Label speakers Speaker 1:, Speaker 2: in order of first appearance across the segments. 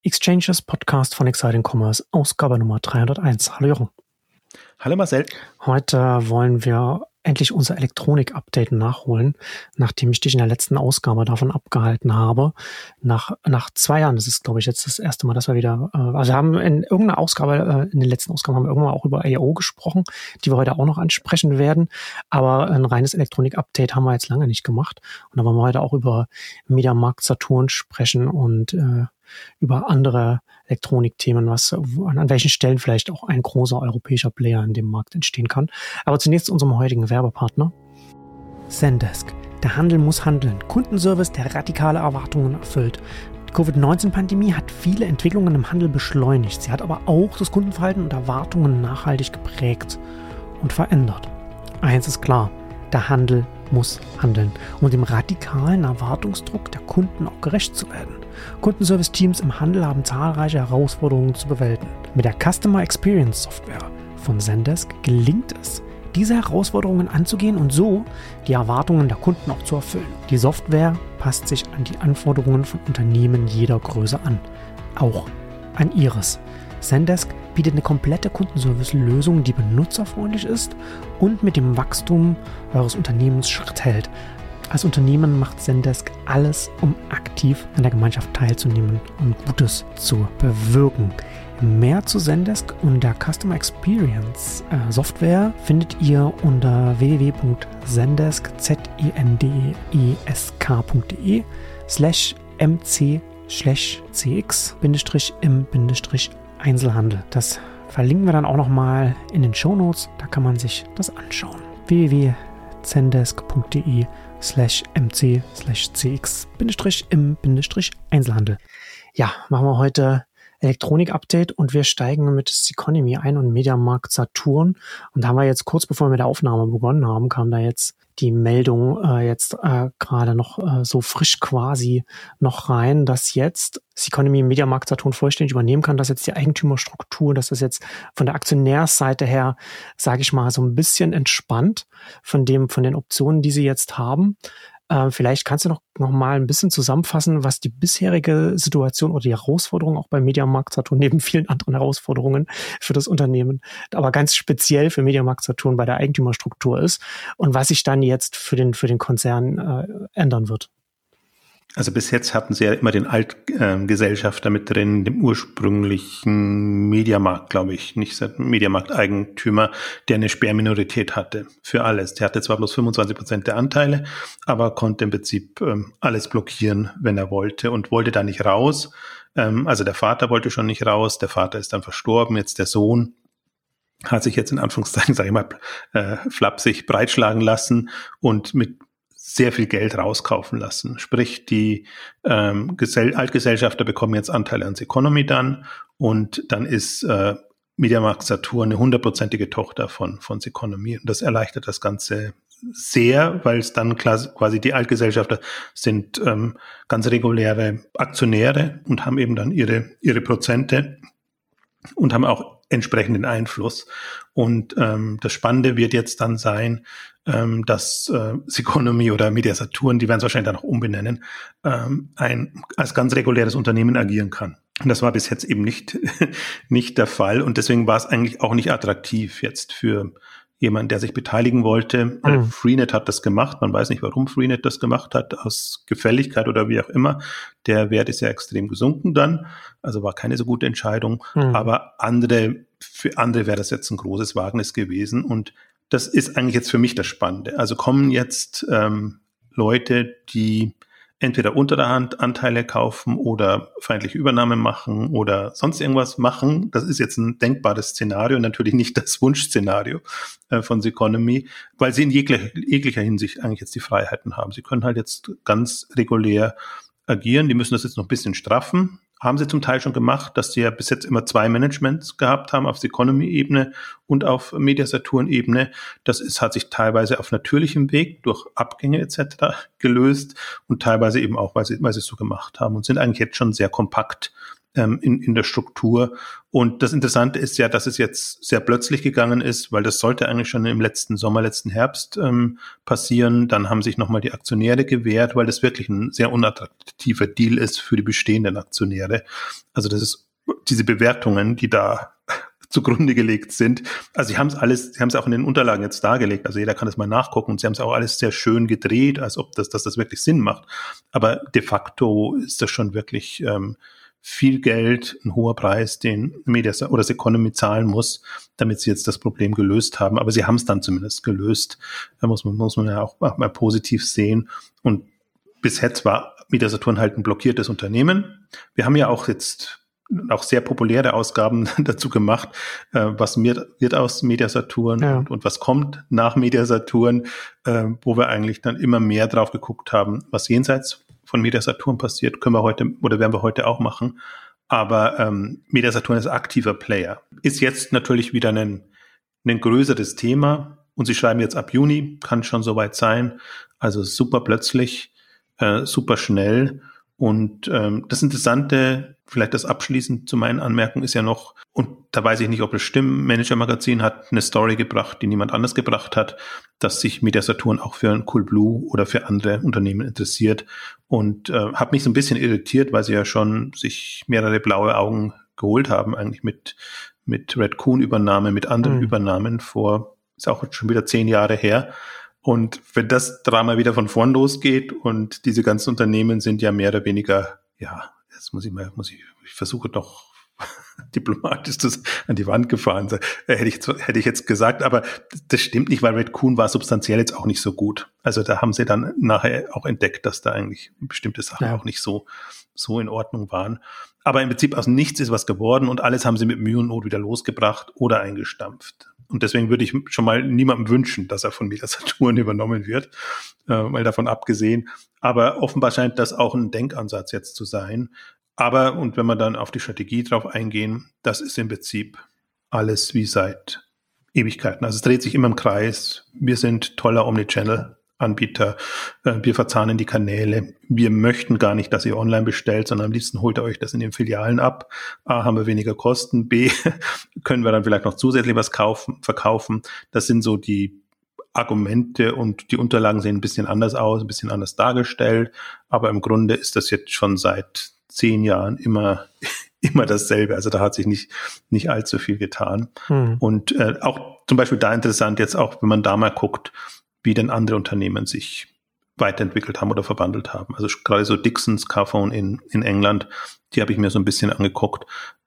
Speaker 1: Exchanges Podcast von Exciting Commerce, Ausgabe Nummer 301. Hallo Jochen.
Speaker 2: Hallo Marcel.
Speaker 1: Heute wollen wir endlich unser Elektronik-Update nachholen, nachdem ich dich in der letzten Ausgabe davon abgehalten habe. Nach 2 Jahren, das ist, glaube ich, jetzt das erste Mal, dass wir wieder, also wir haben in irgendeiner Ausgabe, in den letzten Ausgaben haben wir irgendwann auch über I/O gesprochen, die wir heute auch noch ansprechen werden. Aber ein reines Elektronik-Update haben wir jetzt lange nicht gemacht. Und da wollen wir heute auch über MediaMarkt Saturn sprechen und über andere Elektronikthemen, an welchen Stellen vielleicht auch ein großer europäischer Player in dem Markt entstehen kann. Aber zunächst zu unserem heutigen Werbepartner. Zendesk. Der Handel muss handeln. Kundenservice, der radikale Erwartungen erfüllt. Die Covid-19-Pandemie hat viele Entwicklungen im Handel beschleunigt. Sie hat aber auch das Kundenverhalten und Erwartungen nachhaltig geprägt und verändert. Eins ist klar, der Handel muss handeln, um dem radikalen Erwartungsdruck der Kunden auch gerecht zu werden. Kundenservice-Teams im Handel haben zahlreiche Herausforderungen zu bewältigen. Mit der Customer Experience Software von Zendesk gelingt es, diese Herausforderungen anzugehen und so die Erwartungen der Kunden auch zu erfüllen. Die Software passt sich an die Anforderungen von Unternehmen jeder Größe an, auch an ihres. Zendesk bietet eine komplette Kundenservice-Lösung, die benutzerfreundlich ist und mit dem Wachstum eures Unternehmens Schritt hält. Als Unternehmen macht Zendesk alles, um aktiv an der Gemeinschaft teilzunehmen und Gutes zu bewirken. Mehr zu Zendesk und der Customer Experience Software findet ihr unter www.zendesk.mc/cx-im-Einzelhandel. Das verlinken wir dann auch nochmal in den Shownotes, da kann man sich das anschauen. www.zendesk.de/mc/cx-im-Einzelhandel. Ja, machen wir heute Elektronik-Update und wir steigen mit Ceconomy ein und MediaMarkt Saturn. Und da haben wir jetzt kurz bevor wir mit der Aufnahme begonnen haben, kam da jetzt die Meldung gerade noch so frisch quasi noch rein, dass jetzt Ceconomy MediaMarkt Saturn vollständig übernehmen kann, dass jetzt die Eigentümerstruktur, dass das jetzt von der Aktionärsseite her, sage ich mal, so ein bisschen entspannt von den Optionen, die sie jetzt haben. Vielleicht kannst du noch mal ein bisschen zusammenfassen, was die bisherige Situation oder die Herausforderung auch bei MediaMarkt Saturn neben vielen anderen Herausforderungen für das Unternehmen, aber ganz speziell für MediaMarkt Saturn bei der Eigentümerstruktur ist und was sich dann jetzt für den Konzern ändern wird.
Speaker 2: Also bis jetzt hatten sie ja immer den Altgesellschafter mit drin, dem ursprünglichen MediaMarkt, glaube ich, nicht MediaMarkt-Eigentümer, der eine Sperrminorität hatte für alles. Der hatte zwar bloß 25% der Anteile, aber konnte im Prinzip alles blockieren, wenn er wollte und wollte da nicht raus. Also der Vater wollte schon nicht raus, der Vater ist dann verstorben, jetzt der Sohn hat sich jetzt in Anführungszeichen, sage ich mal, flapsig breitschlagen lassen und mit sehr viel Geld rauskaufen lassen. Sprich, die Altgesellschafter bekommen jetzt Anteile an Ceconomy dann und dann ist MediaMarkt Saturn eine 100%ige Tochter von Ceconomy und das erleichtert das Ganze sehr, weil es dann quasi die Altgesellschafter sind ganz reguläre Aktionäre und haben eben dann ihre Prozente und haben auch entsprechenden Einfluss. Und das Spannende wird jetzt dann sein, dass Ceconomy oder Media Saturn, die werden es wahrscheinlich dann noch umbenennen, als ganz reguläres Unternehmen agieren kann. Und das war bis jetzt eben nicht der Fall. Und deswegen war es eigentlich auch nicht attraktiv jetzt für jemand, der sich beteiligen wollte. Freenet hat das gemacht. Man weiß nicht, warum Freenet das gemacht hat, aus Gefälligkeit oder wie auch immer. Der Wert ist ja extrem gesunken dann. Also war keine so gute Entscheidung. Aber für andere wäre das jetzt ein großes Wagnis gewesen. Und das ist eigentlich jetzt für mich das Spannende. Also kommen jetzt Leute, die entweder unter der Hand Anteile kaufen oder feindliche Übernahme machen oder sonst irgendwas machen. Das ist jetzt ein denkbares Szenario, natürlich nicht das Wunschszenario von Ceconomy, weil sie in jeglicher Hinsicht eigentlich jetzt die Freiheiten haben. Sie können halt jetzt ganz regulär agieren. Die müssen das jetzt noch ein bisschen straffen. Haben sie zum Teil schon gemacht, dass sie ja bis jetzt immer 2 Managements gehabt haben, auf Ceconomy-Ebene und auf Media Saturn-Ebene. Das hat sich teilweise auf natürlichem Weg durch Abgänge etc. gelöst und teilweise eben auch, weil sie es so gemacht haben und sind eigentlich jetzt schon sehr kompakt in der Struktur. Und das Interessante ist ja, dass es jetzt sehr plötzlich gegangen ist, weil das sollte eigentlich schon im letzten Sommer, letzten Herbst passieren. Dann haben sich nochmal die Aktionäre gewehrt, weil das wirklich ein sehr unattraktiver Deal ist für die bestehenden Aktionäre. Also das ist diese Bewertungen, die da zugrunde gelegt sind. Also sie haben es auch in den Unterlagen jetzt dargelegt, also jeder kann das mal nachgucken und sie haben es auch alles sehr schön gedreht, als ob dass das wirklich Sinn macht. Aber de facto ist das schon wirklich viel Geld, ein hoher Preis, den Medias oder das Economy zahlen muss, damit sie jetzt das Problem gelöst haben. Aber sie haben es dann zumindest gelöst. Da muss man ja auch mal positiv sehen. Und bis jetzt war Media-Saturn halt ein blockiertes Unternehmen. Wir haben ja auch jetzt auch sehr populäre Ausgaben dazu gemacht, was wird aus Media-Saturn und was kommt nach Media-Saturn, wo wir eigentlich dann immer mehr drauf geguckt haben, was jenseits von Media-Saturn passiert, können wir heute oder werden wir heute auch machen. Aber Media-Saturn ist aktiver Player. Ist jetzt natürlich wieder ein größeres Thema und sie schreiben jetzt ab Juni, kann schon soweit sein. Also super plötzlich, super schnell. Und das Interessante, vielleicht das abschließend zu meinen Anmerkungen, ist ja noch, und da weiß ich nicht, ob es stimmt, Manager Magazin hat eine Story gebracht, die niemand anders gebracht hat, dass sich Media-Saturn auch für ein Coolblue oder für andere Unternehmen interessiert. Und hat mich so ein bisschen irritiert, weil sie ja schon sich mehrere blaue Augen geholt haben, eigentlich mit Redcoon-Übernahme, mit anderen Übernahmen ist auch schon wieder 10 Jahre her. Und wenn das Drama wieder von vorn losgeht und diese ganzen Unternehmen sind ja mehr oder weniger, ja, jetzt ich versuche doch diplomatisch das an die Wand gefahren, hätte ich jetzt gesagt, aber das stimmt nicht, weil Redcoon war substanziell jetzt auch nicht so gut. Also da haben sie dann nachher auch entdeckt, dass da eigentlich bestimmte Sachen auch nicht so in Ordnung waren. Aber im Prinzip aus nichts ist was geworden und alles haben sie mit Mühe und Not wieder losgebracht oder eingestampft. Und deswegen würde ich schon mal niemandem wünschen, dass er von Media-Saturn übernommen wird, mal davon abgesehen. Aber offenbar scheint das auch ein Denkansatz jetzt zu sein. Aber, und wenn wir dann auf die Strategie drauf eingehen, das ist im Prinzip alles wie seit Ewigkeiten. Also es dreht sich immer im Kreis. Wir sind toller Omnichannel-Anbieter. Wir verzahnen die Kanäle. Wir möchten gar nicht, dass ihr online bestellt, sondern am liebsten holt ihr euch das in den Filialen ab. A, haben wir weniger Kosten. B, können wir dann vielleicht noch zusätzlich was verkaufen. Das sind so die Argumente und die Unterlagen sehen ein bisschen anders aus, ein bisschen anders dargestellt. Aber im Grunde ist das jetzt schon seit 10 Jahren immer dasselbe. Also da hat sich nicht allzu viel getan. Und auch zum Beispiel da interessant jetzt auch, wenn man da mal guckt, wie denn andere Unternehmen sich weiterentwickelt haben oder verwandelt haben. Also gerade so Dixons, Carphone in England, die habe ich mir so ein bisschen angeguckt.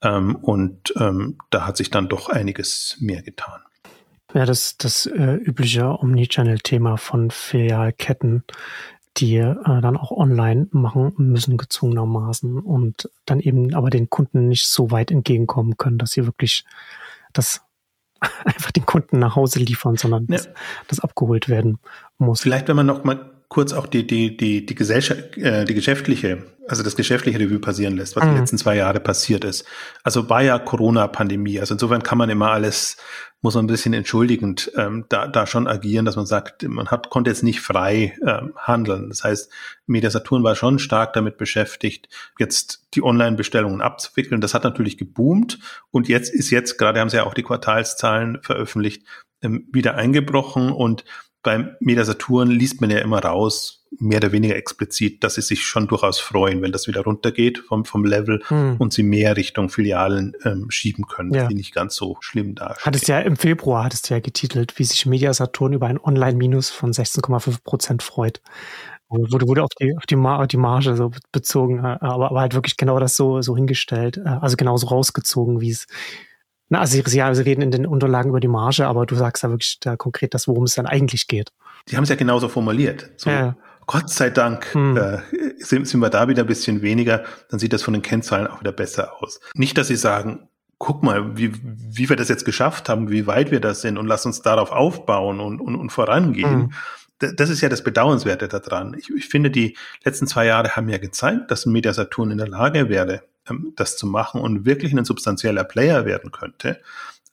Speaker 2: Und da hat sich dann doch einiges mehr getan.
Speaker 1: Ja, das übliche Omnichannel-Thema von Filialketten, die dann auch online machen müssen, gezwungenermaßen, und dann eben aber den Kunden nicht so weit entgegenkommen können, dass sie wirklich das einfach den Kunden nach Hause liefern, sondern das abgeholt werden muss.
Speaker 2: Vielleicht, wenn man noch mal kurz auch die geschäftliche, also das geschäftliche Revue passieren lässt, was die letzten 2 Jahre passiert ist. Also war ja Corona-Pandemie. Also insofern kann man immer muss man ein bisschen entschuldigend da schon agieren, dass man sagt, konnte jetzt nicht frei handeln. Das heißt, Media-Saturn war schon stark damit beschäftigt, jetzt die Online-Bestellungen abzuwickeln. Das hat natürlich geboomt und jetzt gerade haben sie ja auch die Quartalszahlen veröffentlicht, wieder eingebrochen, und beim Media-Saturn liest man ja immer raus, mehr oder weniger explizit, dass sie sich schon durchaus freuen, wenn das wieder runtergeht vom Level und sie mehr Richtung Filialen schieben können, dass die nicht ganz so schlimm dastehen.
Speaker 1: Im Februar hattest du ja getitelt, wie sich Media-Saturn über ein Online-Minus von 16,5% freut. Wurde auf die Marge so bezogen, aber halt wirklich genau das so hingestellt, also genauso rausgezogen, wie es. Also sie reden in den Unterlagen über die Marge, aber du sagst ja wirklich da konkret das, worum es dann eigentlich geht.
Speaker 2: Die haben es ja genauso formuliert. So, Gott sei Dank sind wir da wieder ein bisschen weniger, dann sieht das von den Kennzahlen auch wieder besser aus. Nicht, dass sie sagen, guck mal, wie wir das jetzt geschafft haben, wie weit wir das sind, und lass uns darauf aufbauen und vorangehen. Das ist ja das Bedauernswerte daran. Ich finde, die letzten 2 Jahre haben ja gezeigt, dass ein Media-Saturn in der Lage wäre, das zu machen und wirklich ein substanzieller Player werden könnte.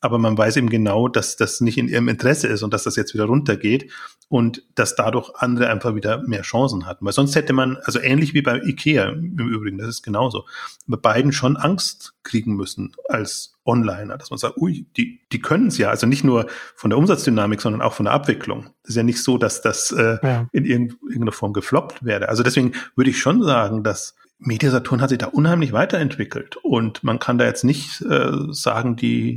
Speaker 2: aber man weiß eben genau, dass das nicht in ihrem Interesse ist und dass das jetzt wieder runtergeht und dass dadurch andere einfach wieder mehr Chancen hatten. Weil sonst hätte man, also ähnlich wie bei IKEA im Übrigen, das ist genauso, bei beiden schon Angst kriegen müssen als Onliner, dass man sagt, ui, die können es ja, also nicht nur von der Umsatzdynamik, sondern auch von der Abwicklung. Das ist ja nicht so, dass das in irgendeiner Form gefloppt wäre. Also deswegen würde ich schon sagen, dass Media-Saturn hat sich da unheimlich weiterentwickelt und man kann da jetzt nicht sagen,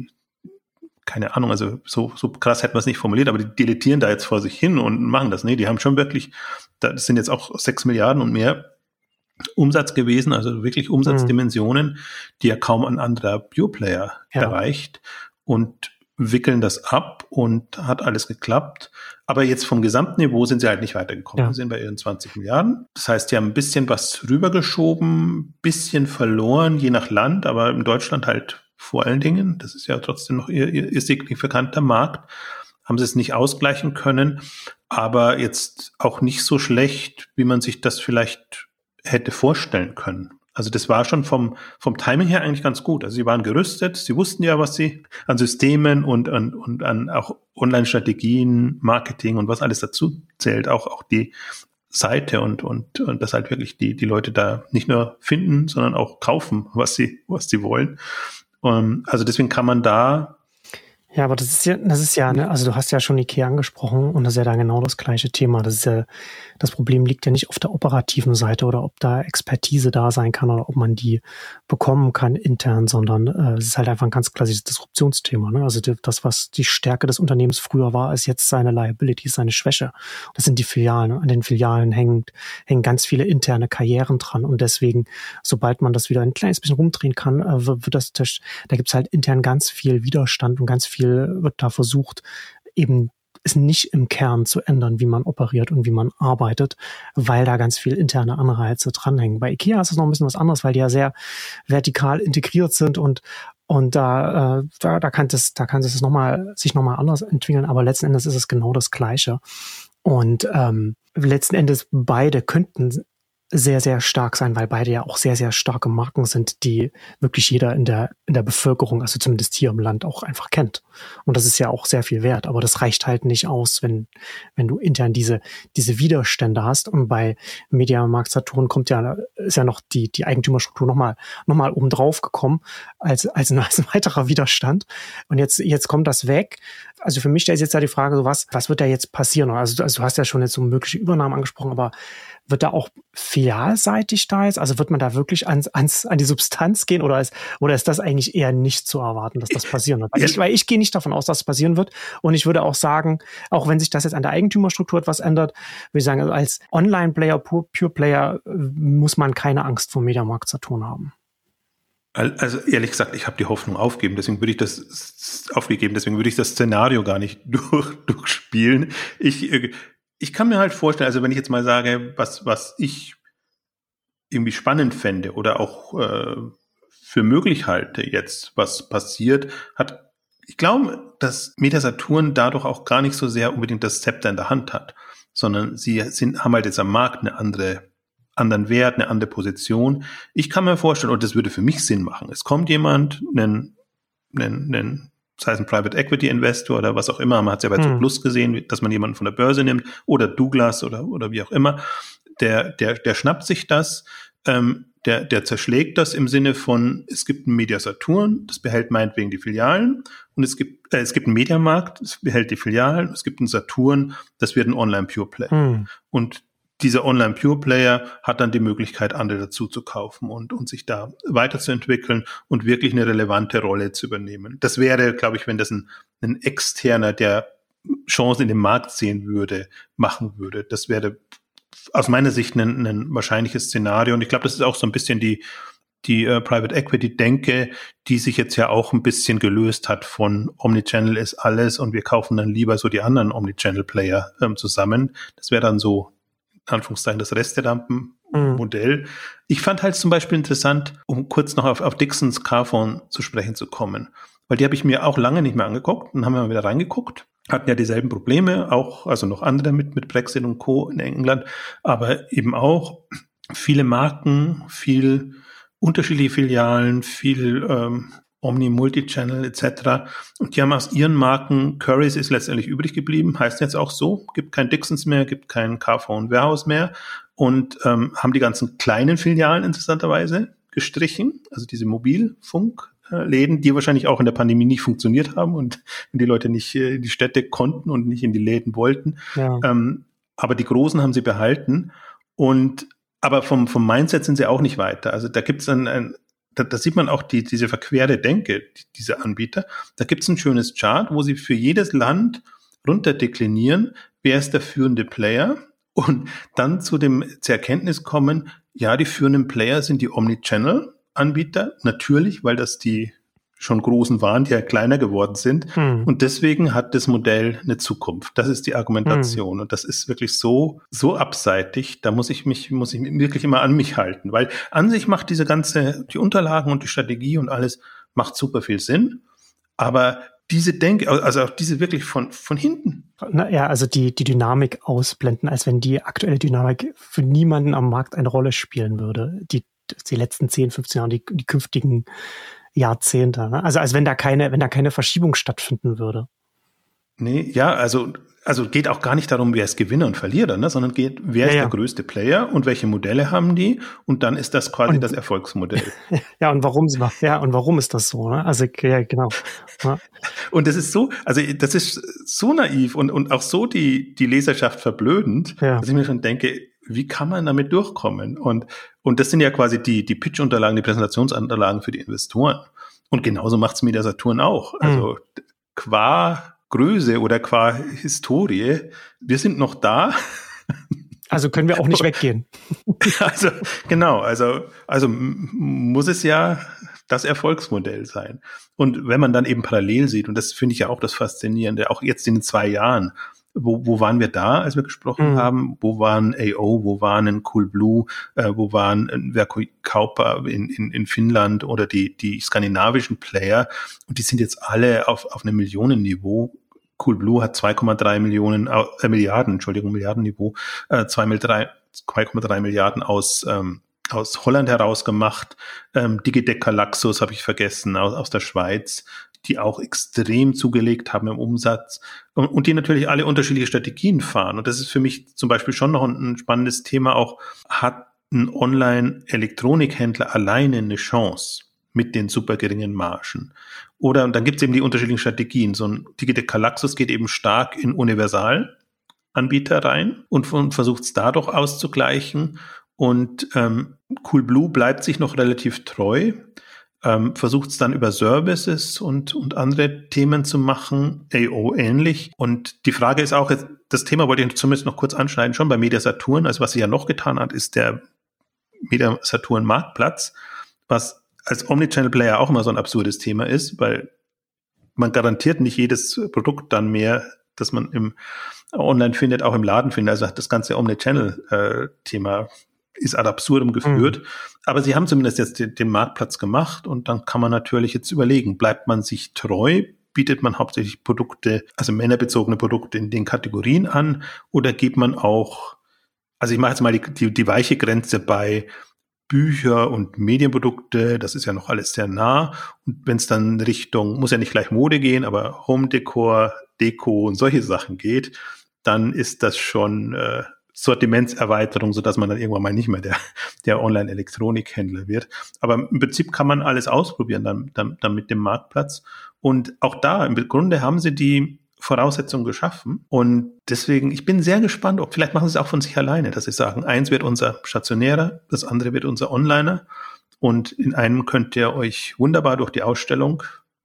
Speaker 2: keine Ahnung, also so krass hätte man es nicht formuliert, aber die dilettieren da jetzt vor sich hin und machen das. Nee, die haben schon wirklich, das sind jetzt auch 6 Milliarden und mehr Umsatz gewesen, also wirklich Umsatzdimensionen, die ja kaum ein anderer Pure-Player erreicht und wickeln das ab und hat alles geklappt. Aber jetzt vom Gesamtniveau sind sie halt nicht weitergekommen. Wir sind bei ihren 20 Milliarden. Das heißt, die haben ein bisschen was rübergeschoben, bisschen verloren, je nach Land, aber in Deutschland halt vor allen Dingen. Das ist ja trotzdem noch ihr signifikanter Markt. Haben sie es nicht ausgleichen können, aber jetzt auch nicht so schlecht, wie man sich das vielleicht hätte vorstellen können. Also das war schon vom Timing her eigentlich ganz gut. Also sie waren gerüstet, sie wussten ja, was sie an Systemen und an auch Online-Strategien, Marketing und was alles dazu zählt, auch die Seite und das halt wirklich die Leute da nicht nur finden, sondern auch kaufen, was sie wollen. Also deswegen kann man da.
Speaker 1: Ja, aber das ist ja, ne, also du hast ja schon IKEA angesprochen und das ist ja da genau das gleiche Thema. Das Problem liegt ja nicht auf der operativen Seite oder ob da Expertise da sein kann oder ob man die bekommen kann intern, sondern es ist halt einfach ein ganz klassisches Disruptionsthema. Ne? Also das, was die Stärke des Unternehmens früher war, ist jetzt seine Liability, seine Schwäche. Das sind die Filialen. An den Filialen hängen ganz viele interne Karrieren dran und deswegen, sobald man das wieder ein kleines bisschen rumdrehen kann, da gibt's halt intern ganz viel Widerstand und ganz viel wird da versucht, eben es nicht im Kern zu ändern, wie man operiert und wie man arbeitet, weil da ganz viel interne Anreize dranhängen. Bei IKEA ist es noch ein bisschen was anderes, weil die ja sehr vertikal integriert sind und da kann es sich nochmal anders entwickeln, aber letzten Endes ist es genau das Gleiche. Und letzten Endes beide könnten sehr, sehr stark sein, weil beide ja auch sehr, sehr starke Marken sind, die wirklich jeder in der Bevölkerung, also zumindest hier im Land, auch einfach kennt. Und das ist ja auch sehr viel wert. Aber das reicht halt nicht aus, wenn du intern diese Widerstände hast. Und bei Mediamarkt Saturn ist ja noch die Eigentümerstruktur nochmal oben drauf gekommen als ein weiterer Widerstand. Und jetzt kommt das weg. Also für mich stellt sich jetzt ja die Frage, so was wird da jetzt passieren? Also du hast ja schon jetzt so mögliche Übernahmen angesprochen, aber wird da auch filialseitig da jetzt? Also wird man da wirklich an die Substanz gehen oder ist das eigentlich eher nicht zu erwarten, dass das passieren wird? Weil ich gehe nicht davon aus, dass es passieren wird. Und ich würde auch sagen, auch wenn sich das jetzt an der Eigentümerstruktur etwas ändert, würde ich sagen, also als Online-Player, Pure-Player muss man keine Angst vor Mediamarkt Saturn haben.
Speaker 2: Also ehrlich gesagt, ich habe die Hoffnung aufgegeben, deswegen würde ich das Szenario gar nicht durchspielen. Ich kann mir halt vorstellen, also wenn ich jetzt mal sage, was ich irgendwie spannend fände oder auch für möglich halte jetzt, was passiert, ich glaube, dass Media Saturn dadurch auch gar nicht so sehr unbedingt das Zepter in der Hand hat, sondern haben halt jetzt am Markt anderen Wert, eine andere Position. Ich kann mir vorstellen, und das würde für mich Sinn machen, es kommt jemand, das heißt ein Private Equity Investor oder was auch immer, man hat es ja bei Plus gesehen, dass man jemanden von der Börse nimmt oder Douglas oder wie auch immer, der schnappt sich das, der zerschlägt das im Sinne von, es gibt einen Media Saturn, das behält meinetwegen die Filialen und es gibt einen Mediamarkt, das behält die Filialen, es gibt einen Saturn, das wird ein Online Pure Play. Und dieser Online-Pure-Player hat dann die Möglichkeit, andere dazu zu kaufen und sich da weiterzuentwickeln und wirklich eine relevante Rolle zu übernehmen. Das wäre, glaube ich, wenn das ein Externer, der Chancen in dem Markt sehen würde, machen würde. Das wäre aus meiner Sicht ein wahrscheinliches Szenario. Und ich glaube, das ist auch so ein bisschen die Private Equity-Denke, die sich jetzt ja auch ein bisschen gelöst hat von Omnichannel ist alles und wir kaufen dann lieber so die anderen Omnichannel-Player zusammen. Das wäre dann so Anführungszeichen das Resterampen-Modell. Ich fand halt zum Beispiel interessant, um kurz noch auf Dixons Carphone zu sprechen zu kommen, weil die habe ich mir auch lange nicht mehr angeguckt und haben wir mal wieder reingeguckt. Hatten ja dieselben Probleme, auch, also noch andere mit Brexit und Co. in England, aber eben auch viele Marken, viel unterschiedliche Filialen, viel Omni Multichannel etc. Und die haben aus ihren Marken, Currys ist letztendlich übrig geblieben, heißt jetzt auch so, gibt kein Dixons mehr, gibt kein KV und Warehouse mehr und haben die ganzen kleinen Filialen interessanterweise gestrichen, also diese Mobilfunkläden, die wahrscheinlich auch in der Pandemie nicht funktioniert haben und wenn die Leute nicht in die Städte konnten und nicht in die Läden wollten. Ja. Aber die Großen haben sie behalten aber vom Mindset sind sie auch nicht weiter. Also da gibt's da sieht man auch diese verquere Denke dieser Anbieter. Da gibt's ein schönes Chart, wo sie für jedes Land runterdeklinieren, wer ist der führende Player und dann zur Erkenntnis kommen, ja, die führenden Player sind die Omnichannel-Anbieter, natürlich, weil das die schon großen waren, die ja kleiner geworden sind. Und deswegen hat das Modell eine Zukunft. Das ist die Argumentation. Und das ist wirklich so abseitig, da muss ich wirklich immer an mich halten. Weil an sich macht die Unterlagen und die Strategie und alles macht super viel Sinn. Aber diese Denke, also auch diese wirklich von hinten.
Speaker 1: Ja, also die Dynamik ausblenden, als wenn die aktuelle Dynamik für niemanden am Markt eine Rolle spielen würde. Die letzten 10, 15 Jahre, die künftigen Jahrzehnte. Ne? Also als wenn da keine Verschiebung stattfinden würde.
Speaker 2: Nee, ja, also geht auch gar nicht darum, wer ist Gewinner und Verlierer, ne, sondern wer ist der größte Player und welche Modelle haben die und dann ist das quasi das Erfolgsmodell.
Speaker 1: Ja, und warum ist das so, ne? Also, ja, genau. Ja.
Speaker 2: Und das ist das ist so naiv und auch so die Leserschaft verblödend, dass ich mir schon denke, wie kann man damit durchkommen? Und das sind ja quasi die Pitch-Unterlagen, die Präsentationsunterlagen für die Investoren. Und genauso macht's Media Saturn auch. Also qua Größe oder qua Historie, wir sind noch da.
Speaker 1: Also können wir auch nicht weggehen.
Speaker 2: Also genau, also muss es ja das Erfolgsmodell sein. Und wenn man dann eben parallel sieht, und das finde ich ja auch das Faszinierende, auch jetzt in den 2 Jahren, wo waren wir da, als wir gesprochen haben? Wo waren AO, wo waren ein Coolblue, wo waren ein Verkkokauppa in Finnland oder die skandinavischen Player? Und die sind jetzt alle auf einem Millionenniveau. Coolblue hat 2,3 Milliardenniveau, 2,3 Milliarden aus Holland herausgemacht. Digitec Galaxus habe ich vergessen, aus der Schweiz, die auch extrem zugelegt haben im Umsatz und die natürlich alle unterschiedliche Strategien fahren. Und das ist für mich zum Beispiel schon noch ein spannendes Thema auch. Hat ein Online-Elektronikhändler alleine eine Chance mit den super geringen Margen? Und dann gibt es eben die unterschiedlichen Strategien. So ein Digitec Galaxus geht eben stark in Universalanbieter rein und versucht es dadurch auszugleichen. Und Coolblue bleibt sich noch relativ treu, versucht es dann über Services und andere Themen zu machen, AO ähnlich. Und die Frage ist auch, das Thema wollte ich zumindest noch kurz anschneiden, schon bei Media Saturn. Also was sie ja noch getan hat, ist der Media Saturn Marktplatz, was als Omnichannel-Player auch immer so ein absurdes Thema ist, weil man garantiert nicht jedes Produkt dann mehr, das man im Online findet, auch im Laden findet. Also das ganze Omnichannel-Thema ist ad absurdum geführt. Aber sie haben zumindest jetzt den Marktplatz gemacht und dann kann man natürlich jetzt überlegen, bleibt man sich treu, bietet man hauptsächlich Produkte, also männerbezogene Produkte in den Kategorien an oder geht man auch, also ich mache jetzt mal die weiche Grenze bei Bücher und Medienprodukte, das ist ja noch alles sehr nah und wenn es dann Richtung, muss ja nicht gleich Mode gehen, aber Home-Dekor, Deko und solche Sachen geht, dann ist das schon Sortimentserweiterung, sodass man dann irgendwann mal nicht mehr der Online-Elektronikhändler wird. Aber im Prinzip kann man alles ausprobieren dann mit dem Marktplatz. Und auch da, im Grunde haben sie die Voraussetzungen geschaffen. Und deswegen, ich bin sehr gespannt, ob vielleicht machen sie es auch von sich alleine, dass sie sagen, eins wird unser Stationärer, das andere wird unser Onliner. Und in einem könnt ihr euch wunderbar durch die Ausstellung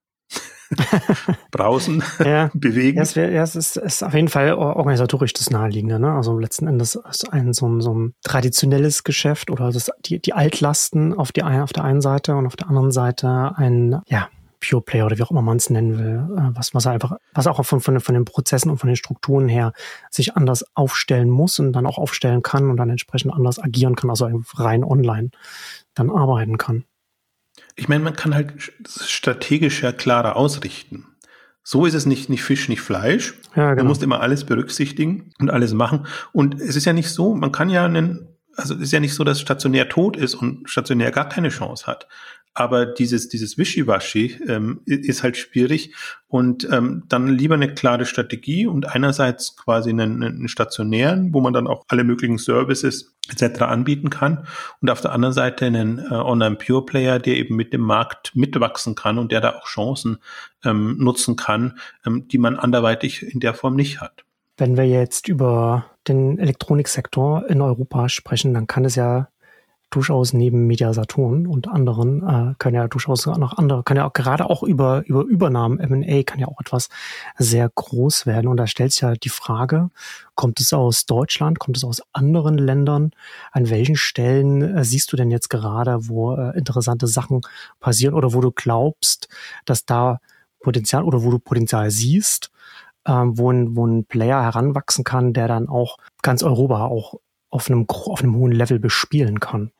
Speaker 2: brausen, bewegen.
Speaker 1: Ja, es ist auf jeden Fall organisatorisch das Naheliegende. Ne? Also letzten Endes ist so ein traditionelles Geschäft oder die Altlasten auf der einen Seite und auf der anderen Seite ein Pure Player oder wie auch immer man es nennen will, was auch von den Prozessen und von den Strukturen her sich anders aufstellen muss und dann auch aufstellen kann und dann entsprechend anders agieren kann, also rein online dann arbeiten kann.
Speaker 2: Ich meine, man kann halt strategisch ja klarer ausrichten. So ist es nicht Fisch, nicht Fleisch. Ja, genau. Man muss immer alles berücksichtigen und alles machen. Und es ist ja nicht so, man kann ja es ist ja nicht so, dass stationär tot ist und stationär gar keine Chance hat. aber dieses Wischiwaschi ist halt schwierig und dann lieber eine klare Strategie und einerseits quasi einen stationären, wo man dann auch alle möglichen Services etc. anbieten kann und auf der anderen Seite einen Online-Pure-Player, der eben mit dem Markt mitwachsen kann und der da auch Chancen nutzen kann, die man anderweitig in der Form nicht hat.
Speaker 1: Wenn wir jetzt über den Elektroniksektor in Europa sprechen, dann kann es ja durchaus neben Media-Saturn und anderen können ja durchaus noch andere, kann ja auch gerade auch über Übernahmen, M&A kann ja auch etwas sehr groß werden. Und da stellt sich ja die Frage, kommt es aus Deutschland, kommt es aus anderen Ländern? An welchen Stellen siehst du denn jetzt gerade, wo interessante Sachen passieren oder wo du glaubst, dass da Potenzial oder wo du Potenzial siehst, wo ein Player heranwachsen kann, der dann auch ganz Europa auch auf einem hohen Level bespielen kann?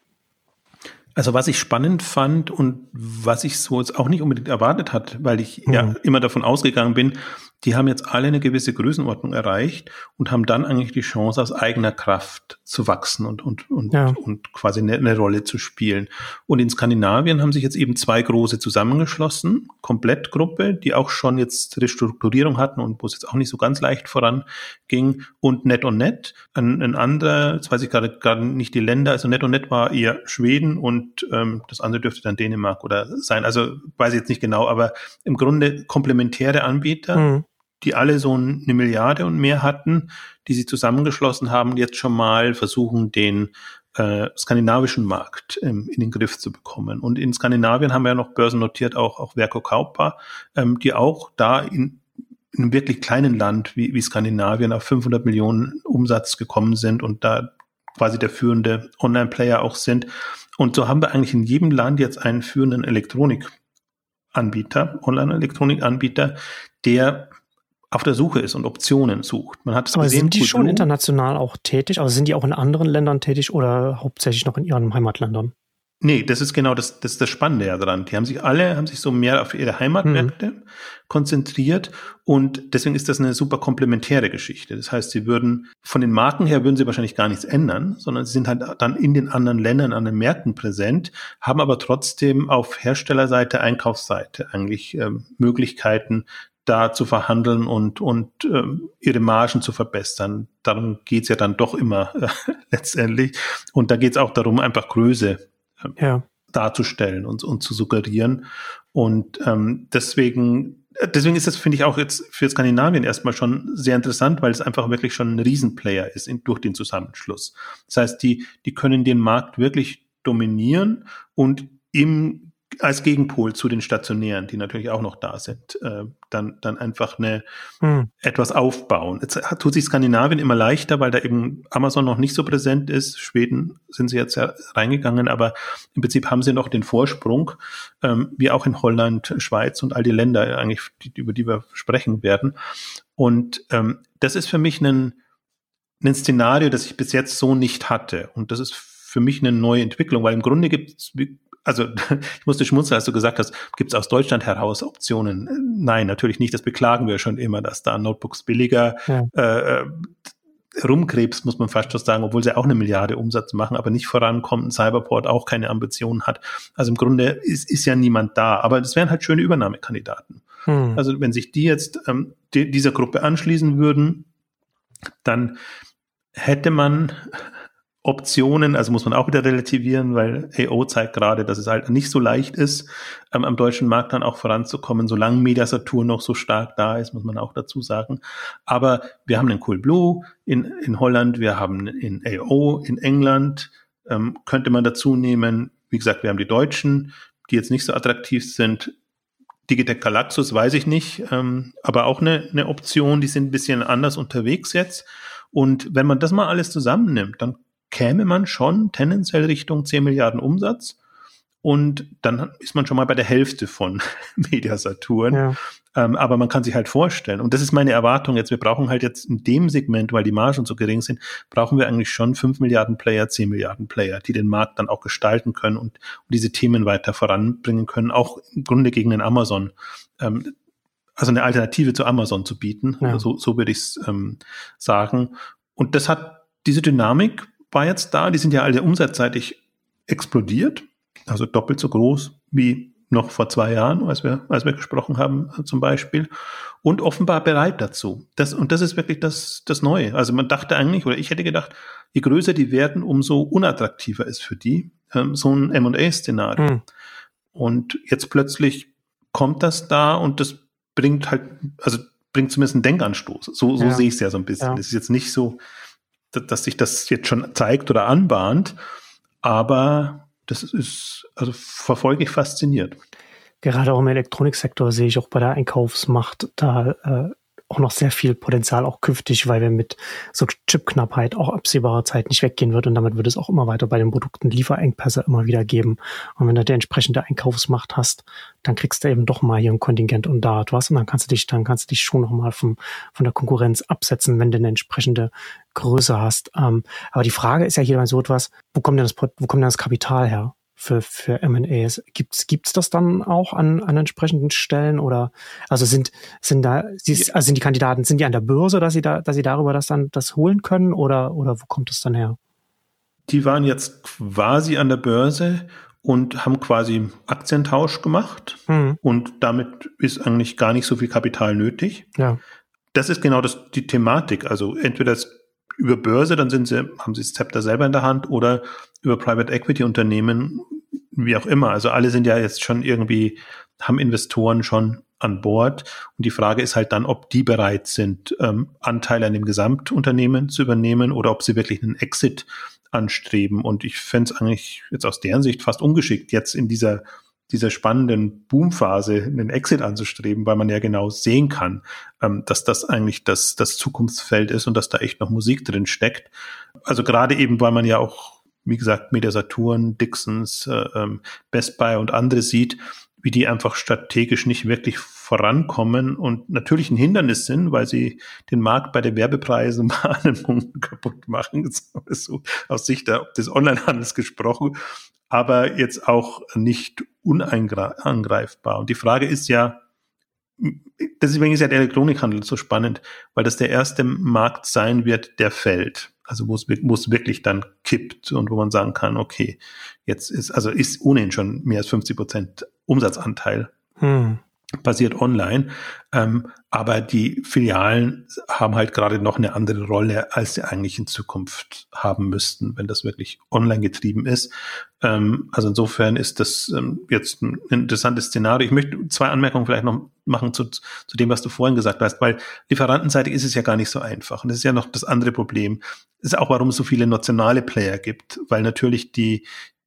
Speaker 2: Also was ich spannend fand und was ich so jetzt auch nicht unbedingt erwartet hat, weil ich ja immer davon ausgegangen bin, die haben jetzt alle eine gewisse Größenordnung erreicht und haben dann eigentlich die Chance, aus eigener Kraft zu wachsen und quasi eine Rolle zu spielen. Und in Skandinavien haben sich jetzt eben 2 große zusammengeschlossen, Komplettgruppe, die auch schon jetzt Restrukturierung hatten und wo es jetzt auch nicht so ganz leicht voranging, und NetOnNet. Ein anderer, jetzt weiß ich gerade nicht die Länder, also NetOnNet war eher Schweden und das andere dürfte dann Dänemark oder sein, also weiß ich jetzt nicht genau, aber im Grunde komplementäre Anbieter, die alle so 1 Milliarde und mehr hatten, die sie zusammengeschlossen haben, jetzt schon mal versuchen, den skandinavischen Markt in den Griff zu bekommen. Und in Skandinavien haben wir ja noch börsennotiert auch Verkkokauppa, die auch da in einem wirklich kleinen Land wie Skandinavien auf 500 Millionen Umsatz gekommen sind und da quasi der führende Online-Player auch sind. Und so haben wir eigentlich in jedem Land jetzt einen führenden Online-Elektronikanbieter, der auf der Suche ist und Optionen sucht. Man hat es
Speaker 1: aber
Speaker 2: gesehen,
Speaker 1: sind die schon international auch tätig? Also sind die auch in anderen Ländern tätig oder hauptsächlich noch in ihren Heimatländern?
Speaker 2: Nee, das ist genau das Spannende ja dran. Die haben sich so mehr auf ihre Heimatmärkte konzentriert und deswegen ist das eine super komplementäre Geschichte. Das heißt, von den Marken her würden sie wahrscheinlich gar nichts ändern, sondern sie sind halt dann in den anderen Ländern an den Märkten präsent, haben aber trotzdem auf Herstellerseite, Einkaufsseite eigentlich Möglichkeiten, da zu verhandeln und ihre Margen zu verbessern. Darum geht's ja dann doch immer letztendlich. Und da geht's auch darum, einfach Größe darzustellen und zu suggerieren. Und deswegen ist das, finde ich, auch jetzt für Skandinavien erstmal schon sehr interessant, weil es einfach wirklich schon ein Riesenplayer ist durch den Zusammenschluss. Das heißt, die können den Markt wirklich dominieren und als Gegenpol zu den Stationären, die natürlich auch noch da sind, dann einfach etwas aufbauen. Jetzt tut sich Skandinavien immer leichter, weil da eben Amazon noch nicht so präsent ist. Schweden sind sie jetzt ja reingegangen, aber im Prinzip haben sie noch den Vorsprung, wie auch in Holland, Schweiz und all die Länder eigentlich, über die wir sprechen werden. Und das ist für mich ein Szenario, das ich bis jetzt so nicht hatte. Und das ist für mich eine neue Entwicklung, weil im Grunde ich musste schmunzeln, als du gesagt hast, gibt es aus Deutschland heraus Optionen? Nein, natürlich nicht. Das beklagen wir schon immer, dass da Notebooks billiger rumkrebst, muss man fast schon sagen, obwohl sie auch 1 Milliarde Umsatz machen, aber nicht vorankommt, ein Cyberport auch keine Ambitionen hat. Also im Grunde ist ja niemand da, aber das wären halt schöne Übernahmekandidaten. Also wenn sich die jetzt dieser Gruppe anschließen würden, dann hätte man Optionen, also muss man auch wieder relativieren, weil AO zeigt gerade, dass es halt nicht so leicht ist, am deutschen Markt dann auch voranzukommen, solange Media-Saturn noch so stark da ist, muss man auch dazu sagen. Aber wir haben den Coolblue in Holland, wir haben in AO in England, könnte man dazu nehmen. Wie gesagt, wir haben die Deutschen, die jetzt nicht so attraktiv sind. Digitec Galaxus weiß ich nicht, aber auch eine Option, die sind ein bisschen anders unterwegs jetzt. Und wenn man das mal alles zusammennimmt, dann käme man schon tendenziell Richtung 10 Milliarden Umsatz und dann ist man schon mal bei der Hälfte von Media-Saturn. Ja. Aber man kann sich halt vorstellen, und das ist meine Erwartung jetzt, wir brauchen halt jetzt in dem Segment, weil die Margen so gering sind, brauchen wir eigentlich schon 5 Milliarden Player, 10 Milliarden Player, die den Markt dann auch gestalten können und diese Themen weiter voranbringen können, auch im Grunde gegen den Amazon, also eine Alternative zu Amazon zu bieten, so würde ich es sagen. Und diese Dynamik war jetzt da, die sind ja alle umsatzseitig explodiert. Also doppelt so groß wie noch vor 2 Jahren, als wir gesprochen haben zum Beispiel. Und offenbar bereit dazu. Und das ist wirklich das Neue. Also man dachte eigentlich, oder ich hätte gedacht, je größer die werden, umso unattraktiver ist für die so ein M&A-Szenario. Und jetzt plötzlich kommt das da und das bringt zumindest einen Denkanstoß. So sehe ich es ja so ein bisschen. Ja. Das ist jetzt nicht so, dass sich das jetzt schon zeigt oder anbahnt, aber das ist, also verfolge ich fasziniert.
Speaker 1: Gerade auch im Elektroniksektor sehe ich auch bei der Einkaufsmacht da auch noch sehr viel Potenzial, auch künftig, weil wir mit so Chipknappheit auch absehbarer Zeit nicht weggehen wird und damit wird es auch immer weiter bei den Produkten Lieferengpässe immer wieder geben. Und wenn du die entsprechende Einkaufsmacht hast, dann kriegst du eben doch mal hier ein Kontingent und da etwas und dann kannst du dich schon noch mal von der Konkurrenz absetzen, wenn du eine entsprechende Größe hast. Aber die Frage ist ja hier mal so etwas, wo kommt denn das Kapital her? Für M&As. Gibt's das dann auch an entsprechenden Stellen oder also sind die Kandidaten, sind die an der Börse, dass sie darüber das holen können oder wo kommt das dann her?
Speaker 2: Die waren jetzt quasi an der Börse und haben quasi Aktientausch gemacht und damit ist eigentlich gar nicht so viel Kapital nötig.
Speaker 1: Ja.
Speaker 2: Das ist genau die Thematik. Also entweder über Börse, dann haben sie das Zepter selber in der Hand oder über Private Equity Unternehmen, wie auch immer. Also alle sind ja jetzt schon haben Investoren schon an Bord. Und die Frage ist halt dann, ob die bereit sind, Anteile an dem Gesamtunternehmen zu übernehmen oder ob sie wirklich einen Exit anstreben. Und ich fände es eigentlich jetzt aus deren Sicht fast ungeschickt, jetzt in dieser spannenden Boomphase einen Exit anzustreben, weil man ja genau sehen kann, dass das eigentlich das Zukunftsfeld ist und dass da echt noch Musik drin steckt. Also gerade eben, weil man ja auch, wie gesagt, Media-Saturn, Dixons, Best Buy und andere sieht, wie die einfach strategisch nicht wirklich vorankommen und natürlich ein Hindernis sind, weil sie den Markt bei den Werbepreisen und Wahrnehmungen kaputt machen, so aus Sicht des Onlinehandels gesprochen, aber jetzt auch nicht unangreifbar. Und die Frage ist ja, deswegen ist ja der Elektronikhandel so spannend, weil das der erste Markt sein wird, der fällt. Also wo es wirklich dann kippt und wo man sagen kann, okay, jetzt ist ohnehin schon mehr als 50% Umsatzanteil basiert online. Aber die Filialen haben halt gerade noch eine andere Rolle, als sie eigentlich in Zukunft haben müssten, wenn das wirklich online getrieben ist. Also insofern ist das jetzt ein interessantes Szenario. Ich möchte 2 Anmerkungen vielleicht noch machen zu dem, was du vorhin gesagt hast, weil lieferantenseitig ist es ja gar nicht so einfach. Und das ist ja noch das andere Problem. Das ist auch, warum es so viele nationale Player gibt, weil natürlich die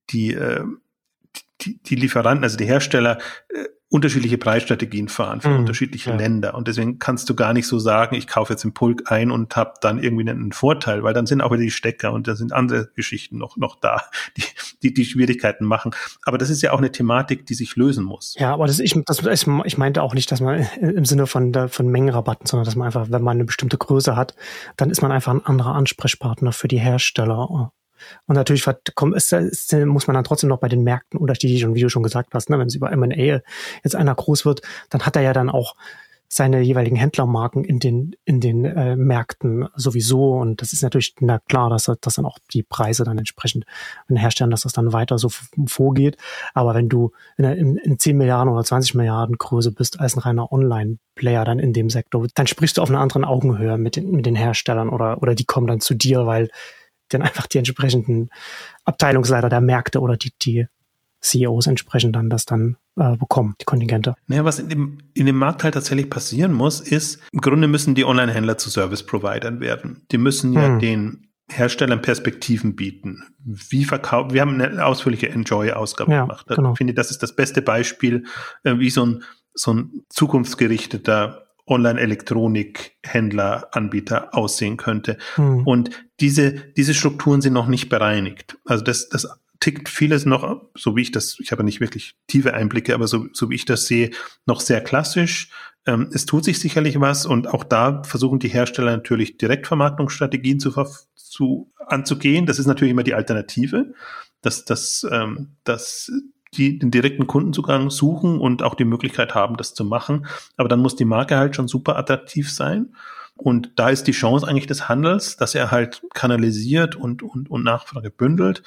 Speaker 2: Lieferanten, also die Hersteller, unterschiedliche Preisstrategien fahren für unterschiedliche Länder. Und deswegen kannst du gar nicht so sagen, ich kaufe jetzt im Pulk ein und habe dann irgendwie einen Vorteil, weil dann sind auch wieder die Stecker und da sind andere Geschichten noch da, die Schwierigkeiten machen. Aber das ist ja auch eine Thematik, die sich lösen muss.
Speaker 1: Ja, aber ich meinte auch nicht, dass man im Sinne von Mengenrabatten, sondern dass man einfach, wenn man eine bestimmte Größe hat, dann ist man einfach ein anderer Ansprechpartner für die Hersteller. Und natürlich muss man dann trotzdem noch bei den Märkten unterschiedlich, und wie du schon gesagt hast, ne, wenn es über M&A jetzt einer groß wird, dann hat er ja dann auch seine jeweiligen Händlermarken in den Märkten sowieso. Und das ist natürlich klar, dass dann auch die Preise dann entsprechend herstellen, dass das dann weiter so vorgeht. Aber wenn du in 10 Milliarden oder 20 Milliarden Größe bist als ein reiner Online-Player dann in dem Sektor, dann sprichst du auf einer anderen Augenhöhe mit den Herstellern oder die kommen dann zu dir, weil dann einfach die entsprechenden Abteilungsleiter der Märkte oder die CEOs entsprechend dann das dann bekommen, die Kontingente.
Speaker 2: Naja, was in dem Markt halt tatsächlich passieren muss, ist, im Grunde müssen die Online-Händler zu Service-Providern werden. Die müssen ja den Herstellern Perspektiven bieten. Wir haben eine ausführliche Enjoy-Ausgabe gemacht. Genau. Ich finde, das ist das beste Beispiel, wie so ein zukunftsgerichteter Online-Elektronik-Händler, Anbieter aussehen könnte. Und diese Strukturen sind noch nicht bereinigt. Also das tickt vieles noch, so wie ich habe nicht wirklich tiefe Einblicke, aber so wie ich das sehe, noch sehr klassisch. Es tut sich sicherlich was und auch da versuchen die Hersteller natürlich Direktvermarktungsstrategien anzugehen. Das ist natürlich immer die Alternative, dass die den direkten Kundenzugang suchen und auch die Möglichkeit haben, das zu machen. Aber dann muss die Marke halt schon super attraktiv sein. Und da ist die Chance eigentlich des Handels, dass er halt kanalisiert und Nachfrage bündelt.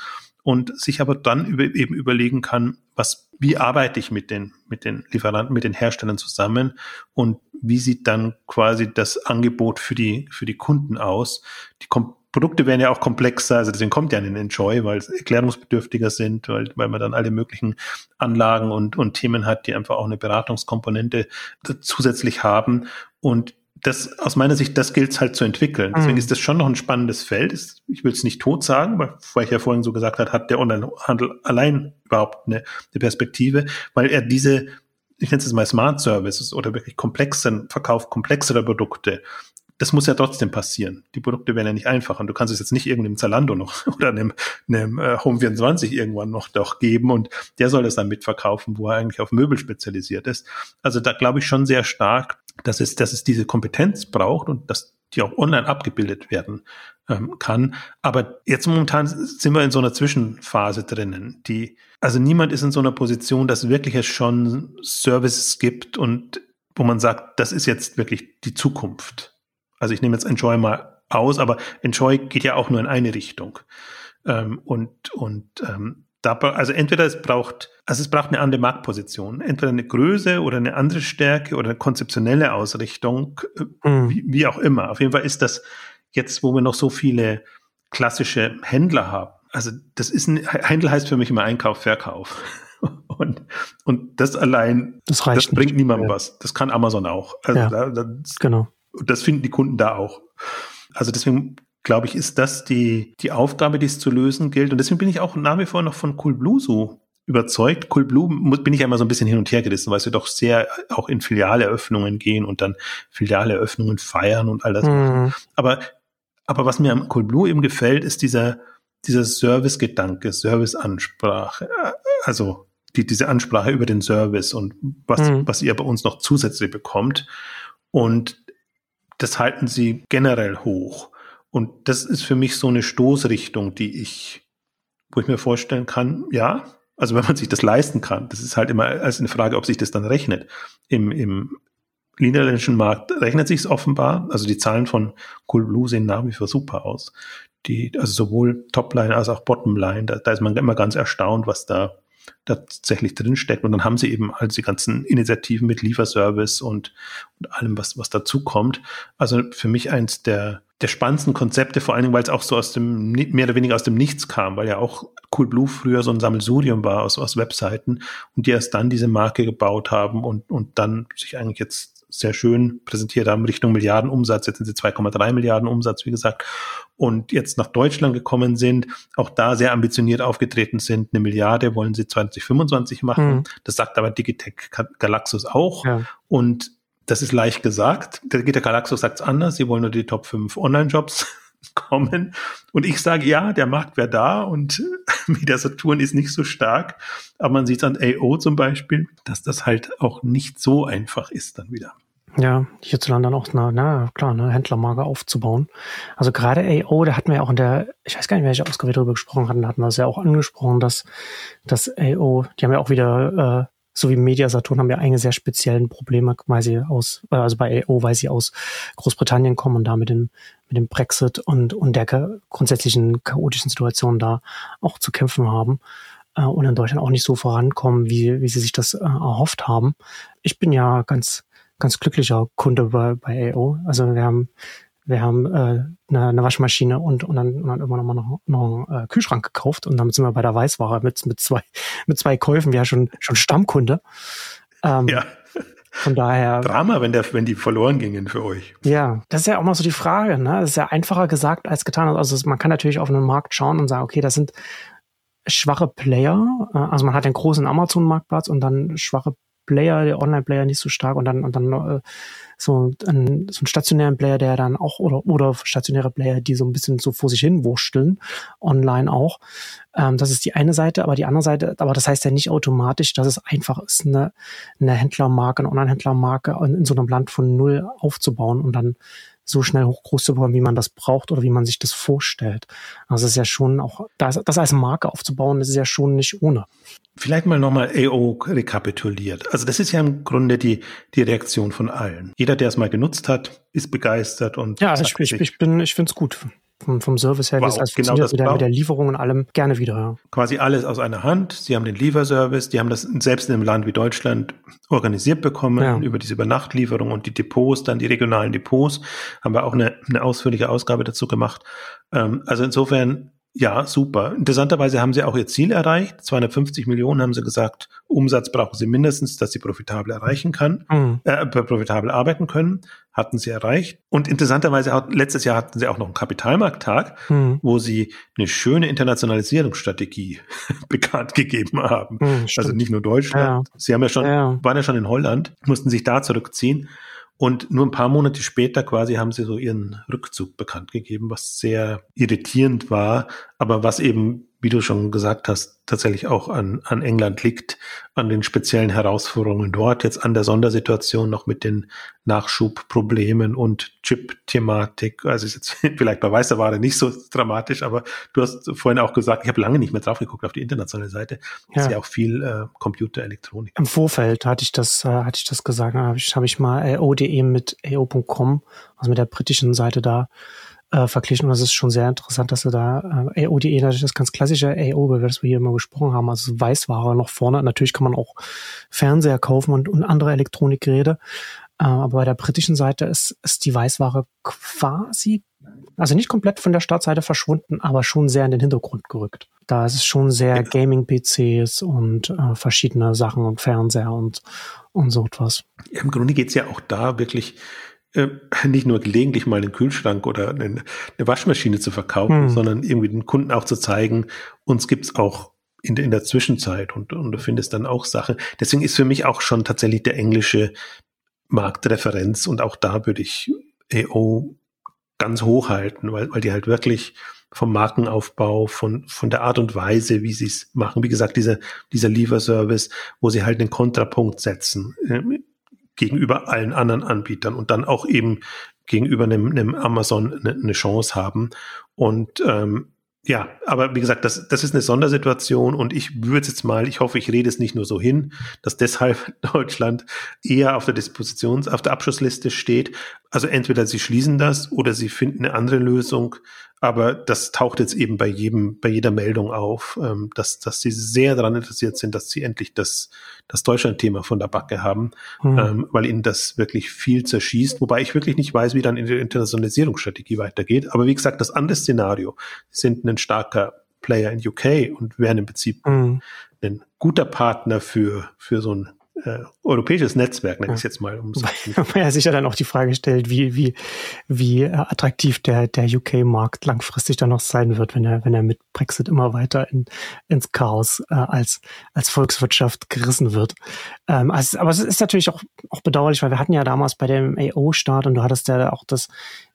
Speaker 2: und sich aber dann eben überlegen kann, wie arbeite ich mit den Lieferanten, mit den Herstellern zusammen und wie sieht dann quasi das Angebot für die Kunden aus. Die Produkte werden ja auch komplexer, also deswegen kommt ja ein Enjoy, weil es erklärungsbedürftiger sind, weil man dann alle möglichen Anlagen und Themen hat, die einfach auch eine Beratungskomponente zusätzlich haben. Und das, aus meiner Sicht, das gilt es halt zu entwickeln. Deswegen ist das schon noch ein spannendes Feld. Ich will es nicht tot sagen, weil ich ja vorhin so gesagt habe, hat der Onlinehandel allein überhaupt eine Perspektive, weil er ich nenne es jetzt mal Smart Services oder wirklich Verkauf komplexerer Produkte, das muss ja trotzdem passieren. Die Produkte werden ja nicht einfach und du kannst es jetzt nicht irgendeinem Zalando noch oder einem Home24 irgendwann noch doch geben und der soll das dann mitverkaufen, wo er eigentlich auf Möbel spezialisiert ist. Also da glaube ich schon sehr stark, dass es diese Kompetenz braucht und dass die auch online abgebildet werden kann. Aber jetzt momentan sind wir in so einer Zwischenphase drinnen, also niemand ist in so einer Position, dass wirklich es schon Services gibt und wo man sagt, das ist jetzt wirklich die Zukunft. Also ich nehme jetzt Enjoy mal aus, aber Enjoy geht ja auch nur in eine Richtung. Also entweder es braucht eine andere Marktposition, entweder eine Größe oder eine andere Stärke oder eine konzeptionelle Ausrichtung, wie auch immer. Auf jeden Fall ist das jetzt, wo wir noch so viele klassische Händler haben. Also Händler heißt für mich immer Einkauf, Verkauf. Und das allein, das bringt niemandem was. Das kann Amazon auch. Also
Speaker 1: genau.
Speaker 2: Das finden die Kunden da auch. Also deswegen glaube ich, ist das die Aufgabe, die es zu lösen gilt. Und deswegen bin ich auch nach wie vor noch von Coolblue so überzeugt. Coolblue bin ich ja immer so ein bisschen hin und her gerissen, weil sie doch sehr auch in Filialeröffnungen gehen und dann Filialeröffnungen feiern und all das machen. Aber was mir am Coolblue eben gefällt, ist dieser Service-Gedanke, Service-Ansprache. Also diese Ansprache über den Service und was ihr bei uns noch zusätzlich bekommt. Und das halten sie generell hoch. Und das ist für mich so eine Stoßrichtung, wo ich mir vorstellen kann, ja, also wenn man sich das leisten kann, das ist halt immer als eine Frage, ob sich das dann rechnet. Im niederländischen Markt rechnet sich es offenbar. Also die Zahlen von Coolblue sehen nach wie vor super aus. Also sowohl Topline als auch Bottomline, da ist man immer ganz erstaunt, was da tatsächlich drinsteckt. Und dann haben sie eben also die ganzen Initiativen mit Lieferservice und allem, was dazu kommt. Also für mich eins der spannendsten Konzepte, vor allen Dingen, weil es auch so mehr oder weniger aus dem Nichts kam, weil ja auch Coolblue früher so ein Sammelsurium war aus Webseiten und die erst dann diese Marke gebaut haben und dann sich eigentlich jetzt sehr schön präsentiert haben Richtung Milliardenumsatz. Jetzt sind sie 2,3 Milliarden Umsatz, wie gesagt. Und jetzt nach Deutschland gekommen sind, auch da sehr ambitioniert aufgetreten sind. 1 Milliarde wollen sie 2025 machen. Das sagt aber Digitec Galaxus auch. Ja. Und das ist leicht gesagt. Der Digitec Galaxus sagt es anders. Sie wollen nur die Top 5 Online-Jobs kommen. Und ich sage, ja, der Markt wäre da und Media Saturn ist nicht so stark. Aber man sieht es an AO zum Beispiel, dass das halt auch nicht so einfach ist dann wieder.
Speaker 1: Ja, hierzulande dann auch eine Händlermarke aufzubauen. Also gerade AO, da hatten wir ja auch ich weiß gar nicht, welche Ausgabe wir darüber gesprochen hatten, da hatten wir es ja auch angesprochen, dass AO, die haben ja auch wieder, so wie Media Saturn, haben ja einige sehr speziellen Probleme, weil sie bei AO, weil sie aus Großbritannien kommen und da mit dem Brexit und der grundsätzlichen chaotischen Situation da auch zu kämpfen haben. Und in Deutschland auch nicht so vorankommen, wie sie sich das erhofft haben. Ich bin ja ganz glücklicher Kunde bei AO. Also wir haben eine Waschmaschine und dann irgendwann noch einen Kühlschrank gekauft und damit sind wir bei der Weißware mit zwei Käufen, ja schon Stammkunde.
Speaker 2: Ja.
Speaker 1: Von daher.
Speaker 2: Drama, wenn die verloren gingen für euch.
Speaker 1: Ja, das ist ja auch mal so die Frage, ne? Das ist ja einfacher gesagt als getan. Also man kann natürlich auf einen Markt schauen und sagen, okay, das sind schwache Player. Also man hat den großen Amazon-Marktplatz und dann schwache Player, der Online-Player nicht so stark und dann so einen stationären Player, der dann auch oder stationäre Player, die so ein bisschen so vor sich hin wursteln, online auch. Das ist die eine Seite, aber die andere Seite, aber das heißt ja nicht automatisch, dass es einfach ist, eine Händlermarke, eine Online-Händlermarke in so einem Land von null aufzubauen und dann so schnell groß zu bekommen, wie man das braucht oder wie man sich das vorstellt. Also es ist ja schon auch, das als Marke aufzubauen, das ist ja schon nicht ohne.
Speaker 2: Vielleicht mal nochmal AO rekapituliert. Also das ist ja im Grunde die Reaktion von allen. Jeder, der es mal genutzt hat, ist begeistert und
Speaker 1: ja, ich finde es gut. vom Service her, wie es
Speaker 2: genau das
Speaker 1: mit der Lieferung und allem, gerne wieder. Ja.
Speaker 2: Quasi alles aus einer Hand. Sie haben den Lieferservice, die haben das selbst in einem Land wie Deutschland organisiert bekommen, über diese Übernachtlieferung und die Depots, dann die regionalen Depots, haben wir auch eine ausführliche Ausgabe dazu gemacht. Also insofern, ja, super. Interessanterweise haben sie auch ihr Ziel erreicht. 250 Millionen haben sie gesagt, Umsatz brauchen sie mindestens, dass sie profitabel erreichen kann, profitabel arbeiten können. Hatten sie erreicht. Und interessanterweise, letztes Jahr hatten sie auch noch einen Kapitalmarkttag, wo sie eine schöne Internationalisierungsstrategie bekannt gegeben haben. Also nicht nur Deutschland. Sie haben waren ja schon in Holland, mussten sich da zurückziehen. Und nur ein paar Monate später quasi haben sie so ihren Rückzug bekannt gegeben, was sehr irritierend war, aber was eben, wie du schon gesagt hast, tatsächlich auch an England liegt, an den speziellen Herausforderungen dort, jetzt an der Sondersituation noch mit den Nachschubproblemen und Chip-Thematik. Also ist jetzt vielleicht bei weißer Ware nicht so dramatisch, aber du hast vorhin auch gesagt, ich habe lange nicht mehr drauf geguckt auf die internationale Seite. Ist ja auch viel Computerelektronik.
Speaker 1: Im Vorfeld hatte ich das gesagt, habe ich mal AO.de mit AO.com, also mit der britischen Seite da verglichen. Und das ist schon sehr interessant, dass du da AO.de, natürlich das ganz klassische AO, über das wir hier immer gesprochen haben, also Weißware noch vorne. Natürlich kann man auch Fernseher kaufen und andere Elektronikgeräte. Aber bei der britischen Seite ist die Weißware quasi, also nicht komplett von der Startseite verschwunden, aber schon sehr in den Hintergrund gerückt. Da ist es schon sehr Gaming-PCs und verschiedene Sachen und Fernseher und so etwas.
Speaker 2: Ja, im Grunde geht's ja auch da wirklich nicht nur gelegentlich mal einen Kühlschrank oder eine Waschmaschine zu verkaufen, sondern irgendwie den Kunden auch zu zeigen, uns gibt's auch in der Zwischenzeit und du findest dann auch Sachen. Deswegen ist für mich auch schon tatsächlich der englische Marktreferenz und auch da würde ich AO ganz hoch halten, weil die halt wirklich vom Markenaufbau, von der Art und Weise, wie sie es machen, wie gesagt, dieser Lieferservice, wo sie halt einen Kontrapunkt setzen gegenüber allen anderen Anbietern und dann auch eben gegenüber einem Amazon eine Chance haben. Und ja, aber wie gesagt, das ist eine Sondersituation und ich würde jetzt mal, ich hoffe, ich rede es nicht nur so hin, dass deshalb Deutschland eher auf der Abschussliste steht. Also entweder sie schließen das oder sie finden eine andere Lösung. Aber das taucht jetzt eben bei jeder Meldung auf, dass sie sehr daran interessiert sind, dass sie endlich das Deutschland-Thema von der Backe haben, weil ihnen das wirklich viel zerschießt. Wobei ich wirklich nicht weiß, wie dann in der Internationalisierungsstrategie weitergeht. Aber wie gesagt, das andere Szenario, sie sind ein starker Player in UK und wären im Prinzip ein guter Partner für so ein europäisches Netzwerk, nenne ich es jetzt mal.
Speaker 1: Weil er sich ja dann auch die Frage stellt, wie attraktiv der UK-Markt langfristig dann noch sein wird, wenn er mit Brexit immer weiter ins Chaos als Volkswirtschaft gerissen wird. Aber es ist natürlich auch bedauerlich, weil wir hatten ja damals bei dem AO-Start und du hattest ja auch das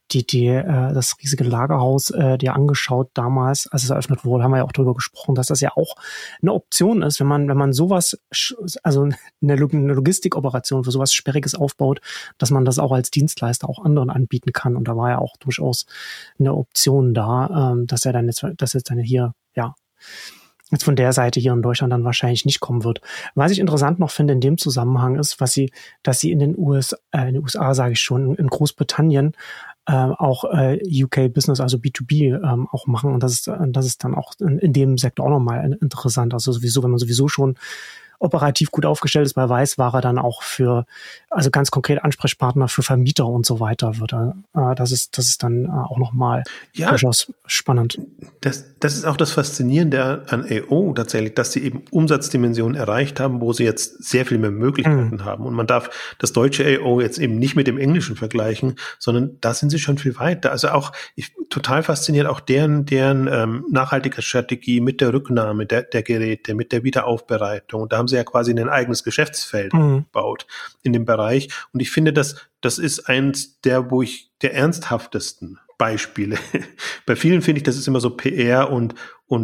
Speaker 1: riesige Lagerhaus dir angeschaut damals, als es eröffnet wurde, haben wir ja auch darüber gesprochen, dass das ja auch eine Option ist, wenn man sowas, also eine Logistikoperation für sowas Sperriges aufbaut, dass man das auch als Dienstleister auch anderen anbieten kann. Und da war ja auch durchaus eine Option da, dass jetzt dann hier, ja, jetzt von der Seite hier in Deutschland dann wahrscheinlich nicht kommen wird. Was ich interessant noch finde in dem Zusammenhang ist, dass sie in den USA sage ich schon, in Großbritannien auch UK Business, also B2B auch machen. Und das ist dann auch in dem Sektor auch nochmal interessant. Also sowieso, wenn man sowieso schon operativ gut aufgestellt ist bei Weißware, dann auch also ganz konkret Ansprechpartner für Vermieter und so weiter wird. Das ist dann auch nochmal durchaus spannend.
Speaker 2: Das ist auch das Faszinierende an AO tatsächlich, dass sie eben Umsatzdimensionen erreicht haben, wo sie jetzt sehr viel mehr Möglichkeiten haben. Und man darf das deutsche AO jetzt eben nicht mit dem englischen vergleichen, sondern da sind sie schon viel weiter. Also auch total fasziniert auch deren Nachhaltigkeitsstrategie mit der Rücknahme der Geräte, mit der Wiederaufbereitung. Da haben sie ja quasi ein eigenes Geschäftsfeld gebaut in dem Bereich. Und ich finde, das ist eins der ernsthaftesten Beispiele. Bei vielen finde ich, das ist immer so PR und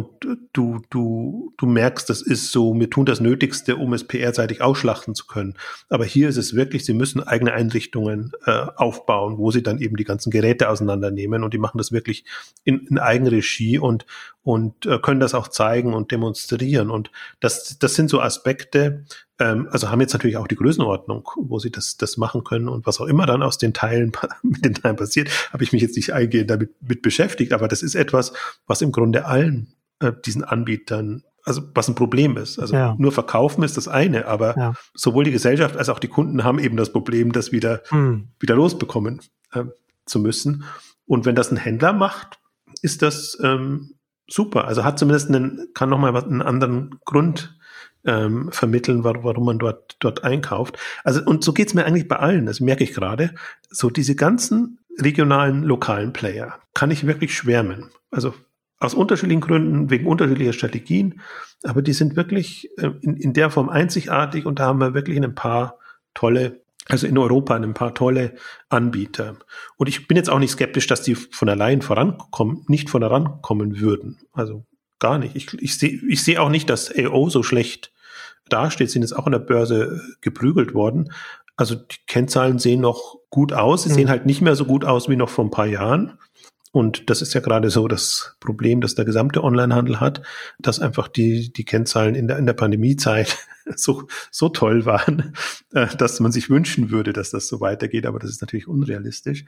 Speaker 2: du merkst, das ist so, mir tun das Nötigste, um es PR-seitig ausschlachten zu können. Aber hier ist es wirklich, sie müssen eigene Einrichtungen aufbauen, wo sie dann eben die ganzen Geräte auseinandernehmen und die machen das wirklich in Eigenregie und können das auch zeigen und demonstrieren. Und das sind so Aspekte, Also haben jetzt natürlich auch die Größenordnung, wo sie das machen können und was auch immer dann aus den Teilen, mit den Teilen passiert, habe ich mich jetzt nicht eingehend damit mit beschäftigt, aber das ist etwas, was im Grunde allen diesen Anbietern, also was ein Problem ist. Also nur verkaufen ist das eine, aber sowohl die Gesellschaft als auch die Kunden haben eben das Problem, das wieder losbekommen zu müssen. Und wenn das ein Händler macht, ist das super. Also hat zumindest kann nochmal einen anderen Grund vermitteln, warum man dort einkauft. Also, und so geht's mir eigentlich bei allen, das merke ich gerade. So diese ganzen regionalen, lokalen Player kann ich wirklich schwärmen. Also aus unterschiedlichen Gründen, wegen unterschiedlicher Strategien, aber die sind wirklich in der Form einzigartig und da haben wir wirklich ein paar tolle, also in Europa ein paar tolle Anbieter. Und ich bin jetzt auch nicht skeptisch, dass die von allein nicht vorankommen würden. Also gar nicht. Ich sehe auch nicht, dass AO so schlecht dasteht, sind jetzt auch an der Börse geprügelt worden. Also die Kennzahlen sehen noch gut aus. Sie sehen halt nicht mehr so gut aus wie noch vor ein paar Jahren. Und das ist ja gerade so das Problem, das der gesamte Onlinehandel hat, dass einfach die Kennzahlen in der Pandemiezeit so toll waren, dass man sich wünschen würde, dass das so weitergeht. Aber das ist natürlich unrealistisch.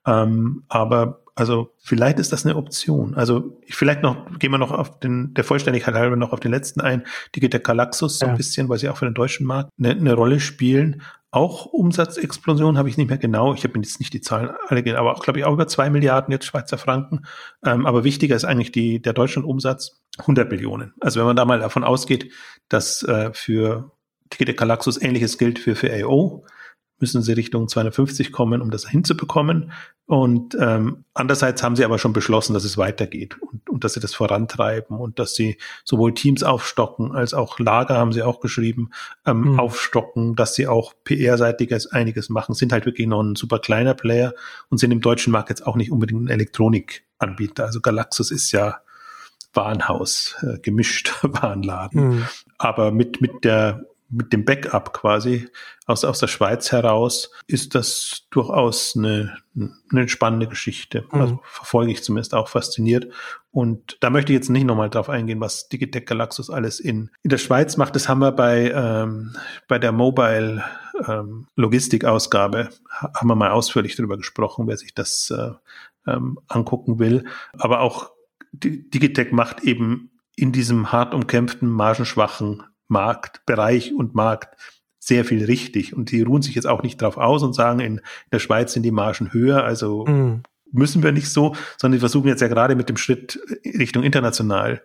Speaker 2: Aber also vielleicht ist das eine Option. Also gehen wir noch der Vollständigkeit halber noch auf den letzten ein. Digitec Galaxus so ein bisschen, weil sie auch für den deutschen Markt eine Rolle spielen. Auch Umsatzexplosion habe ich nicht mehr genau. Ich habe jetzt nicht die Zahlen alle, aber auch, glaube ich, auch über 2 Milliarden jetzt Schweizer Franken. Aber wichtiger ist eigentlich der Deutschlandumsatz 100 Millionen. Also wenn man da mal davon ausgeht, dass für Digitec Galaxus Ähnliches gilt für AO, müssen sie Richtung 250 kommen, um das hinzubekommen. Und andererseits haben sie aber schon beschlossen, dass es weitergeht und dass sie das vorantreiben und dass sie sowohl Teams aufstocken, als auch Lager, haben sie auch geschrieben, aufstocken, dass sie auch PR-seitig einiges machen, sind halt wirklich noch ein super kleiner Player und sind im deutschen Markt jetzt auch nicht unbedingt ein Elektronikanbieter. Also Galaxus ist ja Warenhaus, gemischt Warenladen. Aber mit dem Backup quasi aus der Schweiz heraus ist das durchaus eine spannende Geschichte. Also verfolge ich zumindest auch fasziniert. Und da möchte ich jetzt nicht nochmal drauf eingehen, was Digitec Galaxus alles in der Schweiz macht. Das haben wir bei der Mobile Logistikausgabe haben wir mal ausführlich darüber gesprochen, wer sich das angucken will. Aber auch Digitec macht eben in diesem hart umkämpften, margenschwachen Marktbereich und Markt sehr viel richtig. Und die ruhen sich jetzt auch nicht drauf aus und sagen, in der Schweiz sind die Margen höher, also müssen wir nicht so, sondern die versuchen jetzt ja gerade mit dem Schritt Richtung internationaler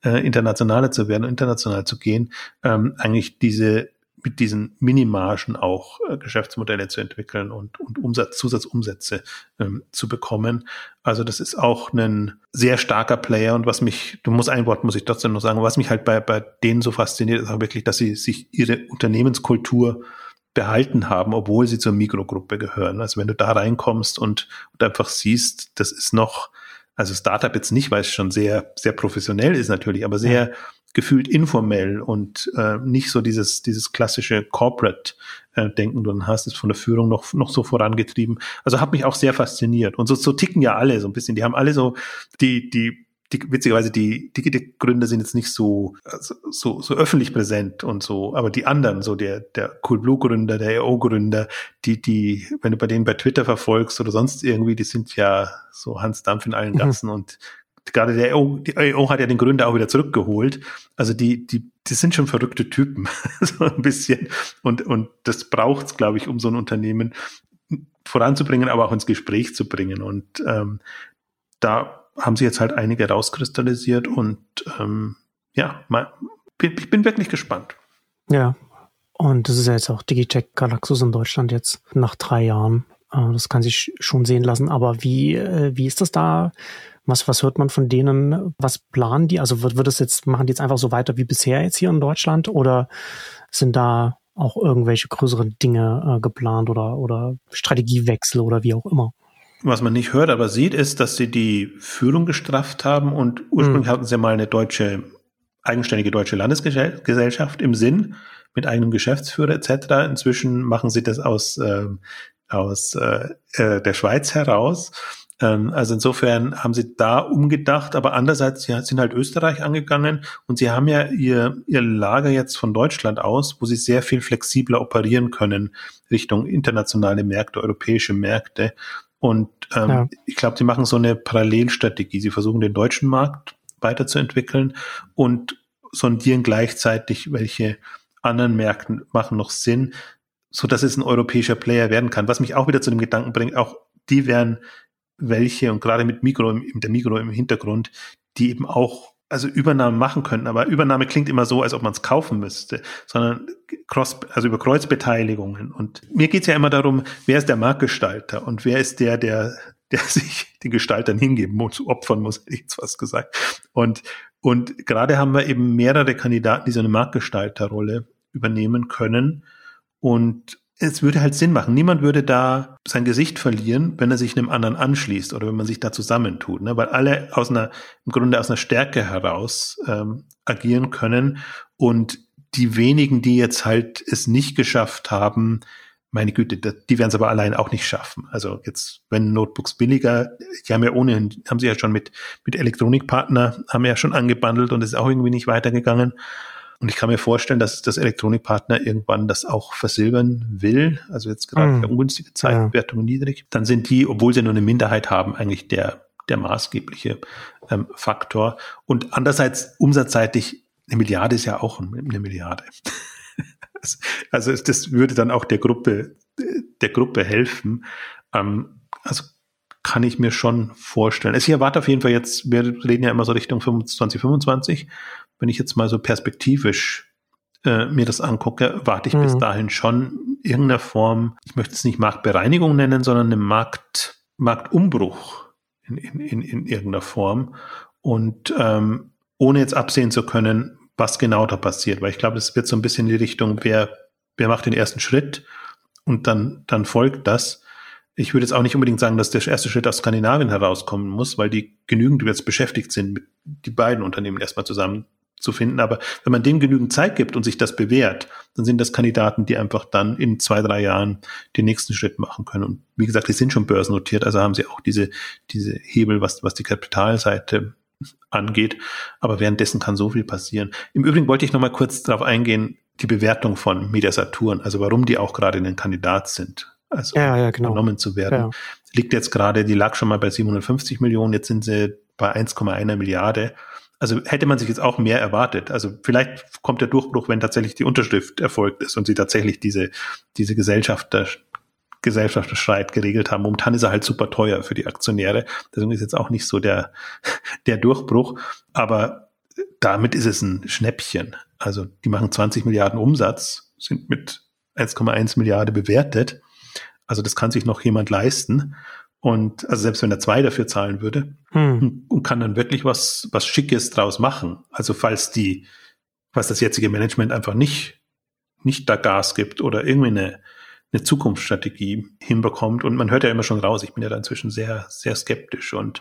Speaker 2: zu werden, international zu gehen, eigentlich mit diesen Minimargen auch Geschäftsmodelle zu entwickeln und Zusatzumsätze zu bekommen. Also das ist auch ein sehr starker Player und ein Wort muss ich trotzdem noch sagen, was mich halt bei denen so fasziniert, ist auch wirklich, dass sie sich ihre Unternehmenskultur behalten haben, obwohl sie zur Mikrogruppe gehören. Also wenn du da reinkommst und einfach siehst, das ist noch, also Startup jetzt nicht, weil es schon sehr, sehr professionell ist natürlich, aber sehr gefühlt informell und nicht so dieses klassische Corporate-Denken, du hast es von der Führung noch so vorangetrieben. Also hat mich auch sehr fasziniert. Und so ticken ja alle so ein bisschen. Die haben alle so, witzigerweise, die Digitec-Gründer sind jetzt nicht so öffentlich präsent und so, aber die anderen, so der Coolblue-Gründer, der AO-Gründer, die, wenn du bei denen bei Twitter verfolgst oder sonst irgendwie, die sind ja so Hans Dampf in allen Gassen und gerade die AO hat ja den Gründer auch wieder zurückgeholt. Also die sind schon verrückte Typen, so ein bisschen. Und das braucht's, glaube ich, um so ein Unternehmen voranzubringen, aber auch ins Gespräch zu bringen. Und da haben sie jetzt halt einige rauskristallisiert und ich bin wirklich gespannt.
Speaker 1: Ja, und das ist ja jetzt auch Digitec Galaxus in Deutschland jetzt nach 3 Jahren. Das kann sich schon sehen lassen. Aber wie ist das da? Was hört man von denen? Was planen die? Also machen die jetzt einfach so weiter wie bisher jetzt hier in Deutschland? Oder sind da auch irgendwelche größeren Dinge geplant oder Strategiewechsel oder wie auch immer?
Speaker 2: Was man nicht hört, aber sieht, ist, dass sie die Führung gestrafft haben und ursprünglich hatten sie mal eine eigenständige deutsche Landesgesellschaft im Sinn mit eigenem Geschäftsführer etc. Inzwischen machen sie das aus der Schweiz heraus Also insofern haben sie da umgedacht, aber andererseits sind halt Österreich angegangen und sie haben ja ihr Lager jetzt von Deutschland aus, wo sie sehr viel flexibler operieren können Richtung internationale Märkte, europäische Märkte. Und ich glaube, sie machen so eine Parallelstrategie. Sie versuchen den deutschen Markt weiterzuentwickeln und sondieren gleichzeitig, welche anderen Märkten machen noch Sinn, so dass es ein europäischer Player werden kann. Was mich auch wieder zu dem Gedanken bringt, auch die wären welche, und gerade mit der Migros im Hintergrund, die eben auch Übernahmen machen könnten. Aber Übernahme klingt immer so, als ob man es kaufen müsste, sondern über Kreuzbeteiligungen. Und mir geht es ja immer darum, wer ist der Marktgestalter und wer ist der sich den Gestaltern hingeben muss, opfern muss, hätte ich jetzt fast gesagt. Und gerade haben wir eben mehrere Kandidaten, die so eine Marktgestalterrolle übernehmen können. Und es würde halt Sinn machen. Niemand würde da sein Gesicht verlieren, wenn er sich einem anderen anschließt oder wenn man sich da zusammentut, ne? Weil alle im Grunde aus einer Stärke heraus agieren können. Und die wenigen, die jetzt halt es nicht geschafft haben, meine Güte, die werden es aber allein auch nicht schaffen. Also jetzt, wenn Notebooks billiger, haben sie ja schon mit Elektronikpartner, haben ja schon angebundelt und es ist auch irgendwie nicht weitergegangen. Und ich kann mir vorstellen, dass das Elektronikpartner irgendwann das auch versilbern will. Also jetzt gerade für ungünstige Zeiten, Wertungen niedrig. Dann sind die, obwohl sie nur eine Minderheit haben, eigentlich der maßgebliche Faktor. Und andererseits umsatzseitig, 1 Milliarde ist ja auch 1 Milliarde. Also das würde dann auch der Gruppe helfen. Also kann ich mir schon vorstellen. Ich erwarte auf jeden Fall jetzt, wir reden ja immer so Richtung 2025, wenn ich jetzt mal so perspektivisch mir das angucke, erwarte ich bis dahin schon irgendeiner Form, ich möchte es nicht Marktbereinigung nennen, sondern einen Marktumbruch in irgendeiner Form. Und ohne jetzt absehen zu können, was genau da passiert. Weil ich glaube, es wird so ein bisschen in die Richtung, wer macht den ersten Schritt und dann folgt das. Ich würde jetzt auch nicht unbedingt sagen, dass der erste Schritt aus Skandinavien herauskommen muss, weil die genügend jetzt beschäftigt sind, mit die beiden Unternehmen erstmal zusammen zu finden. Aber wenn man denen genügend Zeit gibt und sich das bewährt, dann sind das Kandidaten, die einfach dann in 2-3 Jahren den nächsten Schritt machen können. Und wie gesagt, die sind schon börsennotiert, also haben sie auch diese Hebel, was die Kapitalseite angeht. Aber währenddessen kann so viel passieren. Im Übrigen wollte ich noch mal kurz darauf eingehen, die Bewertung von Media-Saturn, also warum die auch gerade ein Kandidat sind. Also genau. Genommen zu werden. Ja. Die lag schon mal bei 750 Millionen, jetzt sind sie bei 1,1 Milliarde. Also hätte man sich jetzt auch mehr erwartet. Also vielleicht kommt der Durchbruch, wenn tatsächlich die Unterschrift erfolgt ist und sie tatsächlich diese Gesellschafterstreit geregelt haben. Momentan ist er halt super teuer für die Aktionäre. Deswegen ist jetzt auch nicht so der Durchbruch. Aber damit ist es ein Schnäppchen. Also die machen 20 Milliarden Umsatz, sind mit 1,1 Milliarde bewertet. Also das kann sich noch jemand leisten. Und also selbst wenn er 2 dafür zahlen würde und kann dann wirklich was Schickes draus machen. Also falls das jetzige Management einfach nicht da Gas gibt oder irgendwie eine Zukunftsstrategie hinbekommt. Und man hört ja immer schon raus, ich bin ja da inzwischen sehr, sehr skeptisch und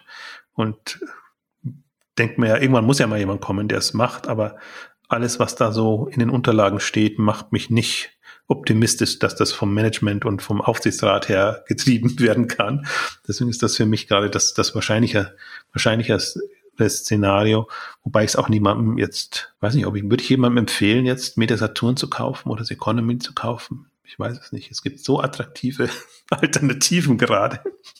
Speaker 2: denkt mir ja, irgendwann muss ja mal jemand kommen, der es macht. Aber alles, was da so in den Unterlagen steht, macht mich nicht optimistisch, dass das vom Management und vom Aufsichtsrat her getrieben werden kann. Deswegen ist das für mich gerade das wahrscheinliche Szenario, wobei ich es auch niemandem jetzt, weiß nicht, würde ich jemandem empfehlen, jetzt Media Saturn zu kaufen oder Ceconomy zu kaufen? Ich weiß es nicht. Es gibt so attraktive Alternativen gerade.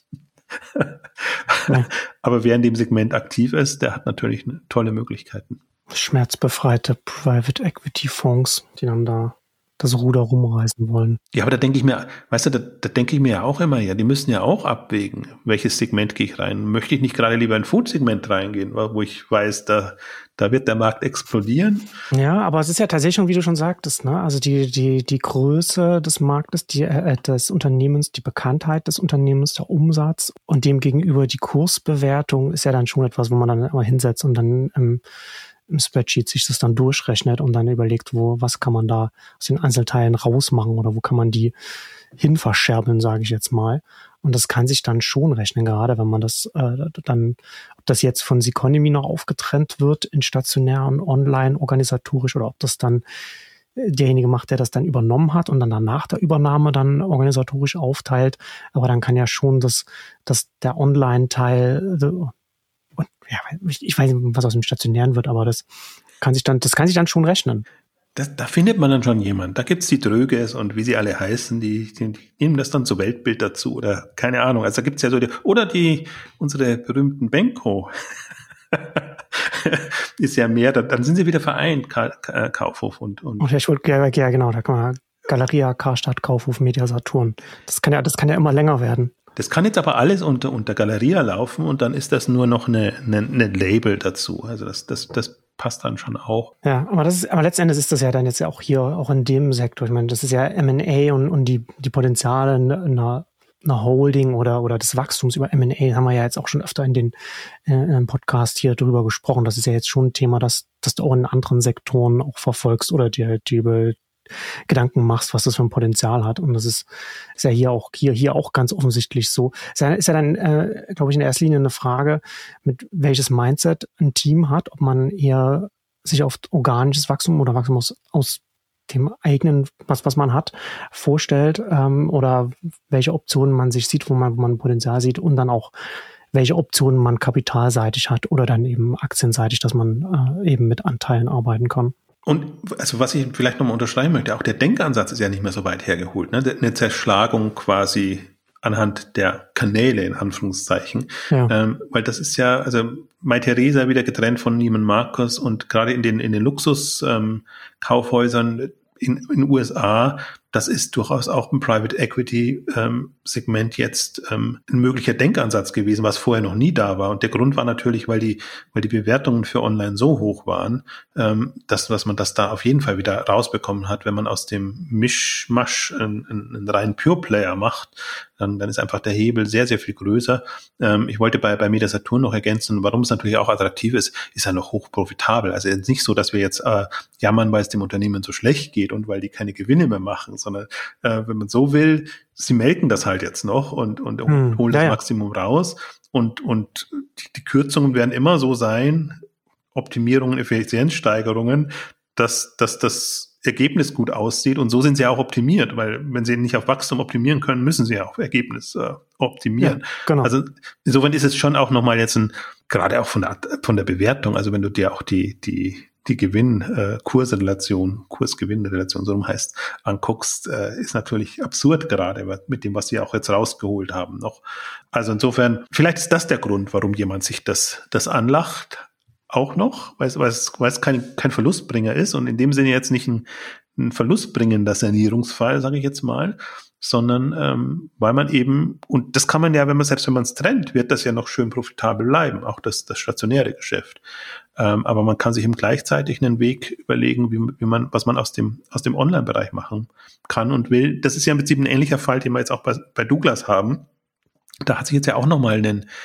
Speaker 2: Ja. Aber wer in dem Segment aktiv ist, der hat natürlich tolle Möglichkeiten.
Speaker 1: Schmerzbefreite Private Equity Fonds, die dann da das Ruder rumreißen wollen.
Speaker 2: Ja, aber da denke ich mir, weißt du, da denke ich mir ja auch immer, ja, die müssen ja auch abwägen, welches Segment gehe ich rein. Möchte ich nicht gerade lieber in ein Food-Segment reingehen, wo ich weiß, da wird der Markt explodieren?
Speaker 1: Ja, aber es ist ja tatsächlich schon, wie du schon sagtest, ne? Also die Größe des Marktes, des Unternehmens, die Bekanntheit des Unternehmens, der Umsatz und dem gegenüber die Kursbewertung ist ja dann schon etwas, wo man dann immer hinsetzt und dann im Spreadsheet sich das dann durchrechnet und dann überlegt, was kann man da aus den Einzelteilen rausmachen oder wo kann man die hin verscherbeln, sage ich jetzt mal. Und das kann sich dann schon rechnen, gerade wenn man das dann, ob das jetzt von Ceconomy noch aufgetrennt wird in stationär und online organisatorisch oder ob das dann derjenige macht, der das dann übernommen hat und dann danach der Übernahme dann organisatorisch aufteilt. Aber dann kann ja schon dass der Online-Teil, und ja, ich weiß nicht, was aus dem Stationären wird, aber das kann sich dann schon rechnen.
Speaker 2: Da findet man dann schon jemanden. Da gibt's die Dröges und wie sie alle heißen, die nehmen das dann zu Weltbild dazu oder keine Ahnung. Also da gibt's ja so unsere berühmten Benko. Ist ja mehr, dann sind sie wieder vereint, Kaufhof und.
Speaker 1: Ich wollte, ja, genau, da kann man Galeria, Karstadt, Kaufhof, Media Saturn. Das kann ja immer länger werden.
Speaker 2: Das kann jetzt aber alles unter Galeria laufen und dann ist das nur noch eine Label dazu. Also das passt dann schon auch.
Speaker 1: Ja, aber letzten Endes ist das ja dann jetzt ja auch hier, auch in dem Sektor. Ich meine, das ist ja M&A und die Potenziale einer Holding oder des Wachstums über M&A haben wir ja jetzt auch schon öfter in dem Podcast hier drüber gesprochen. Das ist ja jetzt schon ein Thema, das du auch in anderen Sektoren auch verfolgst oder dir über Gedanken machst, was das für ein Potenzial hat. Und das ist ja hier auch ganz offensichtlich so. Ist ja dann, glaube ich, in erster Linie eine Frage, mit welches Mindset ein Team hat, ob man eher sich auf organisches Wachstum oder Wachstum aus dem eigenen, was man hat, vorstellt, oder welche Optionen man sich sieht, wo man Potenzial sieht und dann auch welche Optionen man kapitalseitig hat oder dann eben aktienseitig, dass man eben mit Anteilen arbeiten kann.
Speaker 2: Und also was ich vielleicht nochmal unterschreiben möchte, auch der Denkansatz ist ja nicht mehr so weit hergeholt, ne? Eine Zerschlagung quasi anhand der Kanäle, in Anführungszeichen. Ja. Weil das ist ja, also Mytheresa wieder getrennt von Neiman Marcus und gerade in den Luxus Kaufhäusern in den USA, das ist durchaus auch im Private Equity Segment jetzt ein möglicher Denkansatz gewesen, was vorher noch nie da war. Und der Grund war natürlich, weil die Bewertungen für Online so hoch waren, dass man das da auf jeden Fall wieder rausbekommen hat. Wenn man aus dem Mischmasch einen reinen Pure Player macht, dann ist einfach der Hebel sehr, sehr viel größer. Ich wollte bei Media Saturn noch ergänzen, warum es natürlich auch attraktiv ist ja noch hoch profitabel. Also es ist nicht so, dass wir jetzt jammern, weil es dem Unternehmen so schlecht geht und weil die keine Gewinne mehr machen, sondern wenn man so will, sie melken das halt jetzt noch und holen das Maximum raus und die Kürzungen werden immer so sein, Optimierungen, Effizienzsteigerungen, dass das Ergebnis gut aussieht und so sind sie auch optimiert, weil wenn sie nicht auf Wachstum optimieren können, müssen sie ja auf Ergebnis optimieren. Ja, genau. Also insofern ist es schon auch nochmal jetzt gerade auch von der Bewertung, also wenn du dir auch die Kurs-Gewinnrelation, so rum heißt, anguckst, ist natürlich absurd gerade mit dem, was sie auch jetzt rausgeholt haben noch. Also insofern, vielleicht ist das der Grund, warum jemand sich das anlacht, auch noch, weil es kein Verlustbringer ist und in dem Sinne jetzt nicht ein verlustbringender Sanierungsfall, sage ich jetzt mal, sondern weil man eben, und das kann man ja, wenn man es trennt, wird das ja noch schön profitabel bleiben, auch das stationäre Geschäft. Aber man kann sich eben gleichzeitig einen Weg überlegen, was man aus dem Online-Bereich machen kann und will. Das ist ja im Prinzip ein ähnlicher Fall, den wir jetzt auch bei Douglas haben. Da hat sich jetzt ja auch nochmal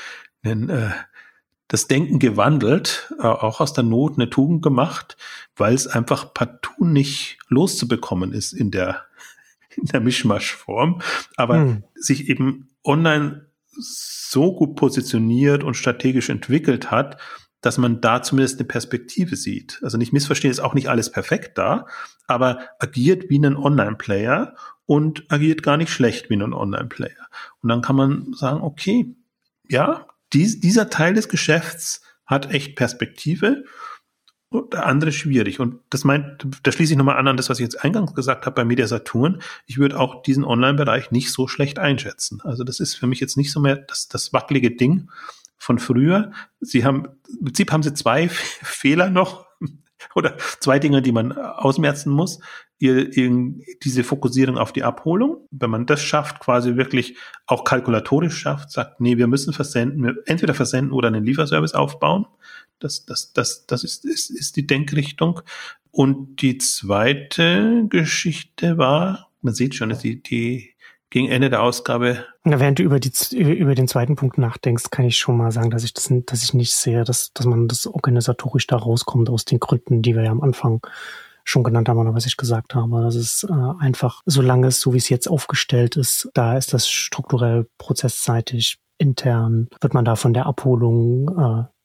Speaker 2: das Denken gewandelt, auch aus der Not eine Tugend gemacht, weil es einfach partout nicht loszubekommen ist in der Mischmaschform, aber sich eben online so gut positioniert und strategisch entwickelt hat, dass man da zumindest eine Perspektive sieht. Also nicht missverstehen, ist auch nicht alles perfekt da, aber agiert wie ein Online-Player und agiert gar nicht schlecht wie ein Online-Player. Und dann kann man sagen, okay, ja, dieser Teil des Geschäfts hat echt Perspektive und der andere schwierig. Und da schließe ich nochmal an das, was ich jetzt eingangs gesagt habe bei Media Saturn. Ich würde auch diesen Online-Bereich nicht so schlecht einschätzen. Also das ist für mich jetzt nicht so mehr das wackelige Ding von früher. Im Prinzip haben sie zwei Fehler noch oder zwei Dinge, die man ausmerzen muss. Diese Fokussierung auf die Abholung. Wenn man das schafft, quasi wirklich auch kalkulatorisch schafft, sagt, nee, wir müssen entweder versenden oder einen Lieferservice aufbauen. Das ist die Denkrichtung. Und die zweite Geschichte war, man sieht schon, ist die gegen Ende der Ausgabe.
Speaker 1: Na, während du über den zweiten Punkt nachdenkst, kann ich schon mal sagen, dass ich nicht sehe, dass man das organisatorisch da rauskommt aus den Gründen, die wir ja am Anfang schon genannt haben oder was ich gesagt habe. Das ist einfach, solange es so wie es jetzt aufgestellt ist, da ist das strukturell, prozessseitig, intern, wird man da von der Abholung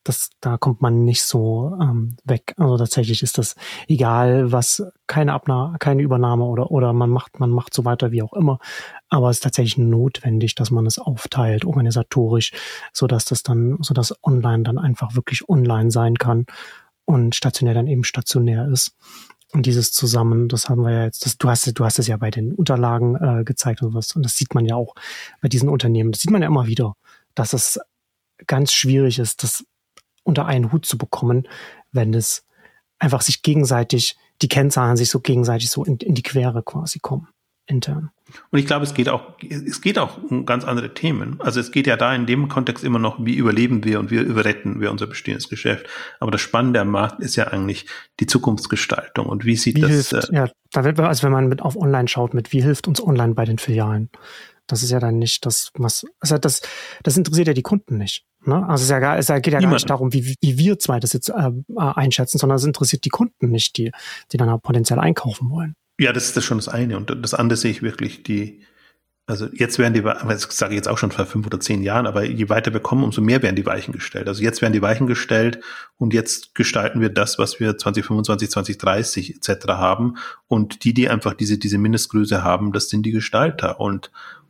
Speaker 1: da kommt man nicht so weg. Also tatsächlich ist das egal, was, keine Übernahme oder man macht so weiter wie auch immer. Aber es ist tatsächlich notwendig, dass man es aufteilt, organisatorisch, sodass online dann einfach wirklich online sein kann und stationär dann eben stationär ist. Und dieses zusammen, das haben wir ja jetzt, du hast es ja bei den Unterlagen gezeigt und was, und das sieht man ja auch bei diesen Unternehmen, das sieht man ja immer wieder, dass es ganz schwierig ist, das unter einen Hut zu bekommen, wenn es einfach sich gegenseitig, die Kennzahlen sich so gegenseitig so in die Quere quasi kommen, intern.
Speaker 2: Und ich glaube, es geht auch um ganz andere Themen. Also es geht ja da in dem Kontext immer noch, wie überleben wir und wie retten wir unser bestehendes Geschäft. Aber das Spannende am Markt ist ja eigentlich die Zukunftsgestaltung und wie sieht das...
Speaker 1: Also wenn man auf online schaut, wie hilft uns online bei den Filialen? Das ist ja dann nicht das interessiert ja die Kunden nicht. Ne? Also es geht ja gar nicht darum, wie wir zwei das jetzt einschätzen, sondern es interessiert die Kunden nicht, die dann potenziell einkaufen wollen.
Speaker 2: Ja, das ist schon das eine. Und das andere sehe ich wirklich also jetzt werden das sage ich jetzt auch schon vor 5 oder 10 Jahren, aber je weiter wir kommen, umso mehr werden die Weichen gestellt. Also jetzt werden die Weichen gestellt und jetzt gestalten wir das, was wir 2025, 2030 etc. haben. Und die einfach diese Mindestgröße haben, das sind die Gestalter. Und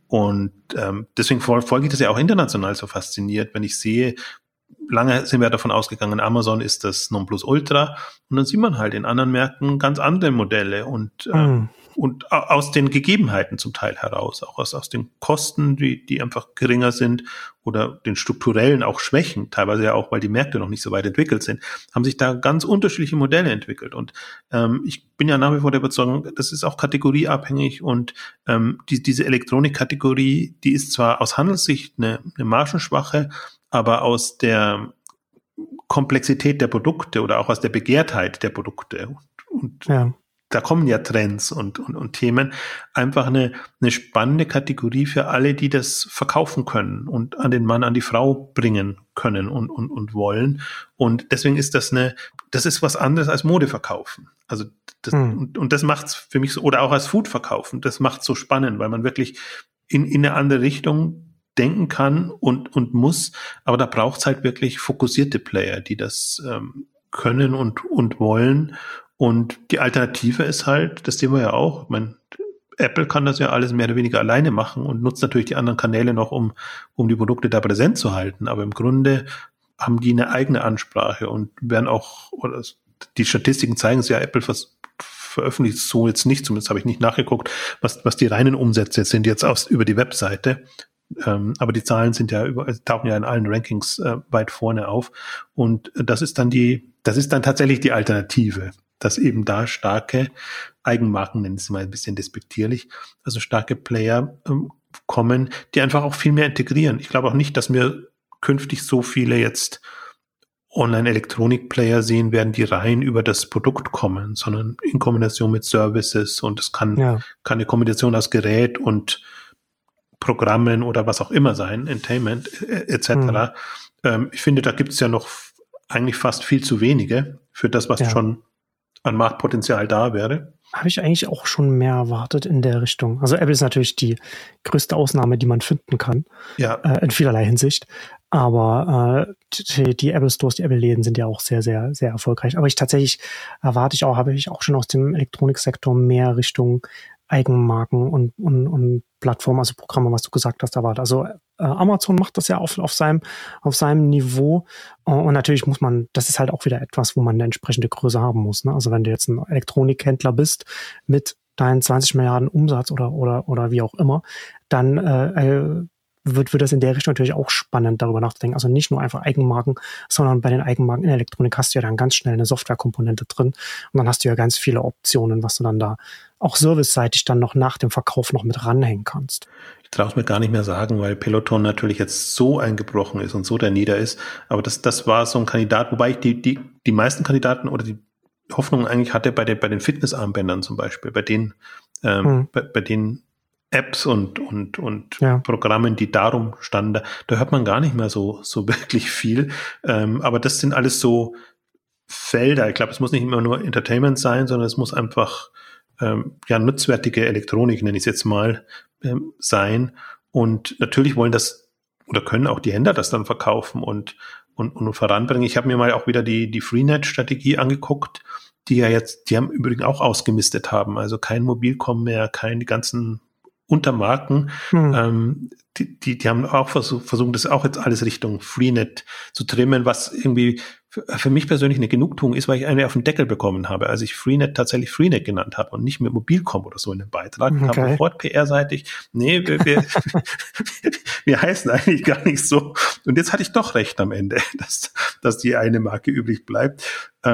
Speaker 2: deswegen folge ich das ja auch international so fasziniert, wenn ich sehe, lange sind wir davon ausgegangen, Amazon ist das Nonplusultra und dann sieht man halt in anderen Märkten ganz andere Modelle und aus den Gegebenheiten zum Teil heraus, auch aus den Kosten, die einfach geringer sind oder den strukturellen auch Schwächen, teilweise ja auch, weil die Märkte noch nicht so weit entwickelt sind, haben sich da ganz unterschiedliche Modelle entwickelt und ich bin ja nach wie vor der Überzeugung, das ist auch kategorieabhängig und diese Elektronikkategorie, die ist zwar aus Handelssicht eine margenschwache, aber aus der Komplexität der Produkte oder auch aus der Begehrtheit der Produkte und da kommen ja Trends und Themen, einfach eine spannende Kategorie für alle, die das verkaufen können und an den Mann, an die Frau bringen können und wollen. Und deswegen ist das ist was anderes als Mode verkaufen. Also und das macht's für mich so, oder auch als Food verkaufen, das macht's so spannend, weil man wirklich in eine andere Richtung denken kann und muss, aber da braucht's halt wirklich fokussierte Player, die das können und wollen. Und die Alternative ist halt, das sehen wir ja auch, Apple kann das ja alles mehr oder weniger alleine machen und nutzt natürlich die anderen Kanäle noch, um die Produkte da präsent zu halten. Aber im Grunde haben die eine eigene Ansprache und werden auch, oder die Statistiken zeigen es ja, Apple veröffentlicht so jetzt nicht, zumindest habe ich nicht nachgeguckt, was die reinen Umsätze sind jetzt über die Webseite. Aber die Zahlen tauchen ja in allen Rankings weit vorne auf. Und das ist dann tatsächlich die Alternative, dass eben da starke Eigenmarken, nennen Sie mal ein bisschen despektierlich, also starke Player kommen, die einfach auch viel mehr integrieren. Ich glaube auch nicht, dass wir künftig so viele jetzt Online-Elektronik-Player sehen werden, die rein über das Produkt kommen, sondern in Kombination mit Services und es kann eine Kombination aus Gerät und Programmen oder was auch immer sein, Entertainment etc. Ich finde, da gibt es ja noch eigentlich fast viel zu wenige für das, was schon an Marktpotenzial da wäre.
Speaker 1: Habe ich eigentlich auch schon mehr erwartet in der Richtung. Also Apple ist natürlich die größte Ausnahme, die man finden kann, in vielerlei Hinsicht. Aber die Apple Stores, die Apple-Läden sind ja auch sehr, sehr, sehr erfolgreich. Aber habe ich auch schon aus dem Elektroniksektor mehr Richtung Eigenmarken und Plattformen, also Programme, was du gesagt hast, erwartet. Also Amazon macht das ja auf seinem Niveau und natürlich das ist halt auch wieder etwas, wo man eine entsprechende Größe haben muss. Ne? Also wenn du jetzt ein Elektronikhändler bist mit deinen 20 Milliarden Umsatz oder wie auch immer, dann wird das in der Richtung natürlich auch spannend, darüber nachzudenken. Also nicht nur einfach Eigenmarken, sondern bei den Eigenmarken in der Elektronik hast du ja dann ganz schnell eine Softwarekomponente drin und dann hast du ja ganz viele Optionen, was du dann da auch serviceseitig dann noch nach dem Verkauf noch mit ranhängen kannst.
Speaker 2: Ich traue es mir gar nicht mehr sagen, weil Peloton natürlich jetzt so eingebrochen ist und so der Nieder ist, aber das war so ein Kandidat, wobei ich die meisten Kandidaten oder die Hoffnung eigentlich hatte bei den Fitnessarmbändern zum Beispiel, bei den Apps und Programmen, die darum standen, da hört man gar nicht mehr so wirklich viel. Aber das sind alles so Felder. Ich glaube, es muss nicht immer nur Entertainment sein, sondern es muss einfach nutzwertige Elektronik, nenne ich es jetzt mal, sein. Und natürlich wollen das oder können auch die Händler das dann verkaufen und und voranbringen. Ich habe mir mal auch wieder die Freenet-Strategie angeguckt, die haben übrigens auch ausgemistet haben. Also kein Mobilcom mehr, die ganzen Untermarken. Die haben auch versucht, das auch jetzt alles Richtung Freenet zu trimmen, was irgendwie für mich persönlich eine Genugtuung ist, weil ich eine auf den Deckel bekommen habe, als ich Freenet tatsächlich Freenet genannt habe und nicht mit Mobilcom oder so in dem Beitrag. Okay. Kam sofort PR-seitig, nee, wir heißen eigentlich gar nicht so. Und jetzt hatte ich doch recht am Ende, dass die eine Marke übrig bleibt.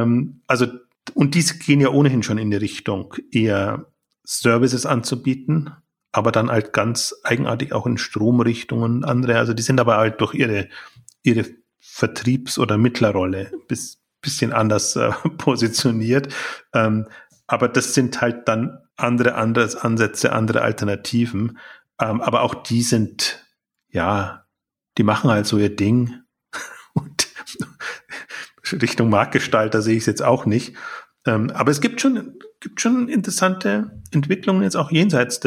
Speaker 2: Und diese gehen ja ohnehin schon in die Richtung, eher Services anzubieten, aber dann halt ganz eigenartig auch in Stromrichtungen andere. Also die sind aber halt durch ihre Vertriebs- oder Mittlerrolle bisschen anders positioniert. Aber das sind halt dann andere Ansätze, andere Alternativen. Aber auch die sind, ja, die machen halt so ihr Ding. Und Richtung Marktgestalter sehe ich es jetzt auch nicht. Aber es gibt schon interessante Entwicklungen jetzt auch jenseits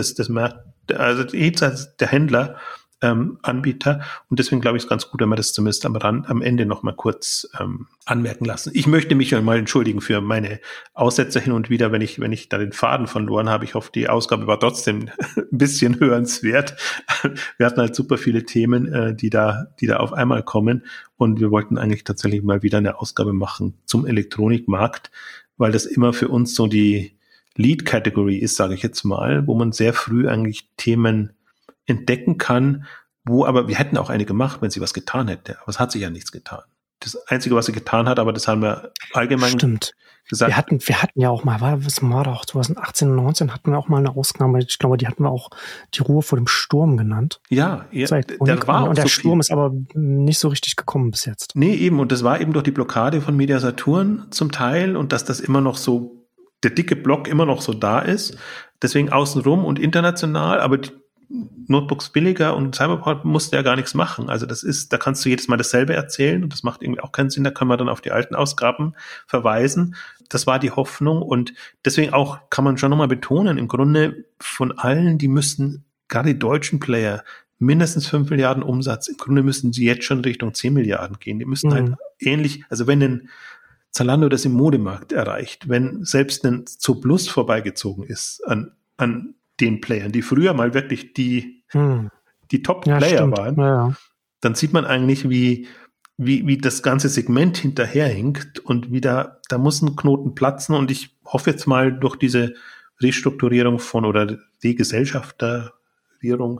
Speaker 2: jenseits der Händler, Anbieter. Und deswegen glaube ich, es ganz gut, wenn wir das zumindest am Ende noch mal kurz anmerken lassen. Ich möchte mich mal entschuldigen für meine Aussetzer hin und wieder, wenn ich da den Faden verloren habe. Ich hoffe, die Ausgabe war trotzdem ein bisschen hörenswert. Wir hatten halt super viele Themen, die da auf einmal kommen. Und wir wollten eigentlich tatsächlich mal wieder eine Ausgabe machen zum Elektronikmarkt, weil das immer für uns so die Lead-Category ist, sage ich jetzt mal, wo man sehr früh eigentlich Themen entdecken kann, aber wir hätten auch eine gemacht, wenn sie was getan hätte. Aber es hat sich ja nichts getan. Das Einzige, was sie getan hat, aber das haben wir allgemein gesagt.
Speaker 1: Wir hatten ja auch mal, was war das auch, 2018 und 2019 hatten wir auch mal eine Ausnahme, ich glaube, die hatten wir auch die Ruhe vor dem Sturm genannt.
Speaker 2: Ja,
Speaker 1: der Sturm ist aber nicht so richtig gekommen bis jetzt.
Speaker 2: Nee, eben, und das war eben durch die Blockade von Media Saturn zum Teil und dass das immer noch so, der dicke Block immer noch so da ist. Deswegen außenrum und international, aber die Notebooks billiger und Cyberport musste ja gar nichts machen. Also da kannst du jedes Mal dasselbe erzählen und das macht irgendwie auch keinen Sinn. Da können wir dann auf die alten Ausgaben verweisen. Das war die Hoffnung und deswegen auch kann man schon nochmal betonen, im Grunde von allen, die müssen, gerade die deutschen Player, mindestens 5 Milliarden Umsatz. Im Grunde müssen sie jetzt schon Richtung 10 Milliarden gehen. Die müssen halt ähnlich, also wenn ein Zalando das im Modemarkt erreicht, wenn selbst ein Zooplus vorbeigezogen ist an den Playern, die früher mal wirklich die Top-Player waren, dann sieht man eigentlich, wie das ganze Segment hinterherhinkt und da muss ein Knoten platzen und ich hoffe jetzt mal durch diese Restrukturierung oder Degesellschafterierung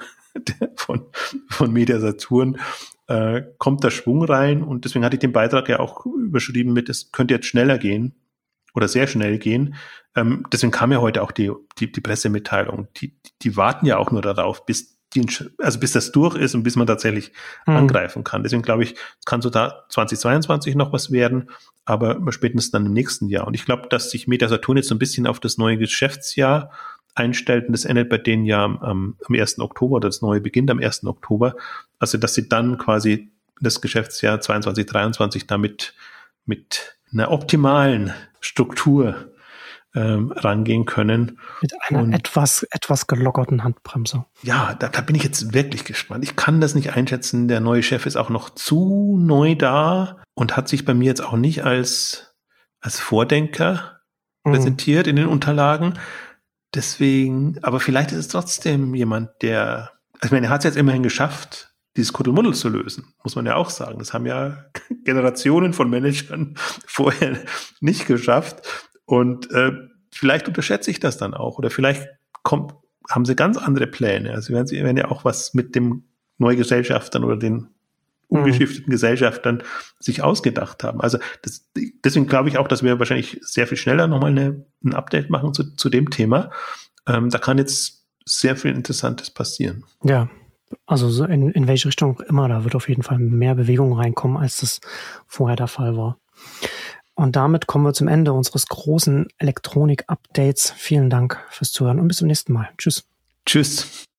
Speaker 2: von Media Saturn kommt da Schwung rein und deswegen hatte ich den Beitrag ja auch überschrieben mit, es könnte jetzt schneller gehen oder sehr schnell gehen. Deswegen kam ja heute auch die Pressemitteilung. Die warten ja auch nur darauf, bis das durch ist und bis man tatsächlich angreifen kann. Deswegen glaube ich, es kann so da 2022 noch was werden, aber spätestens dann im nächsten Jahr. Und ich glaube, dass sich Media Saturn jetzt so ein bisschen auf das neue Geschäftsjahr einstellt und das endet bei denen ja am 1. Oktober oder das neue beginnt am 1. Oktober. Also, dass sie dann quasi das Geschäftsjahr 22, 23 damit mit einer optimalen Struktur rangehen können.
Speaker 1: Mit einer etwas gelockerten Handbremse.
Speaker 2: Ja, da bin ich jetzt wirklich gespannt. Ich kann das nicht einschätzen. Der neue Chef ist auch noch zu neu da und hat sich bei mir jetzt auch nicht als Vordenker präsentiert in den Unterlagen. Deswegen, aber vielleicht ist es trotzdem jemand, er hat es jetzt immerhin geschafft, dieses Kuddelmuddel zu lösen, muss man ja auch sagen. Das haben ja Generationen von Managern vorher nicht geschafft. Und vielleicht unterschätze ich das dann auch. Oder vielleicht haben sie ganz andere Pläne. Also sie werden ja auch was mit dem Neugesellschaftern oder den umgeschifteten Gesellschaftern sich ausgedacht haben. Also deswegen glaube ich auch, dass wir wahrscheinlich sehr viel schneller nochmal ein Update machen zu dem Thema. Da kann jetzt sehr viel Interessantes passieren.
Speaker 1: Ja, also so in welche Richtung immer, da wird auf jeden Fall mehr Bewegung reinkommen, als das vorher der Fall war. Und damit kommen wir zum Ende unseres großen Elektronik-Updates. Vielen Dank fürs Zuhören und bis zum nächsten Mal. Tschüss.
Speaker 2: Tschüss.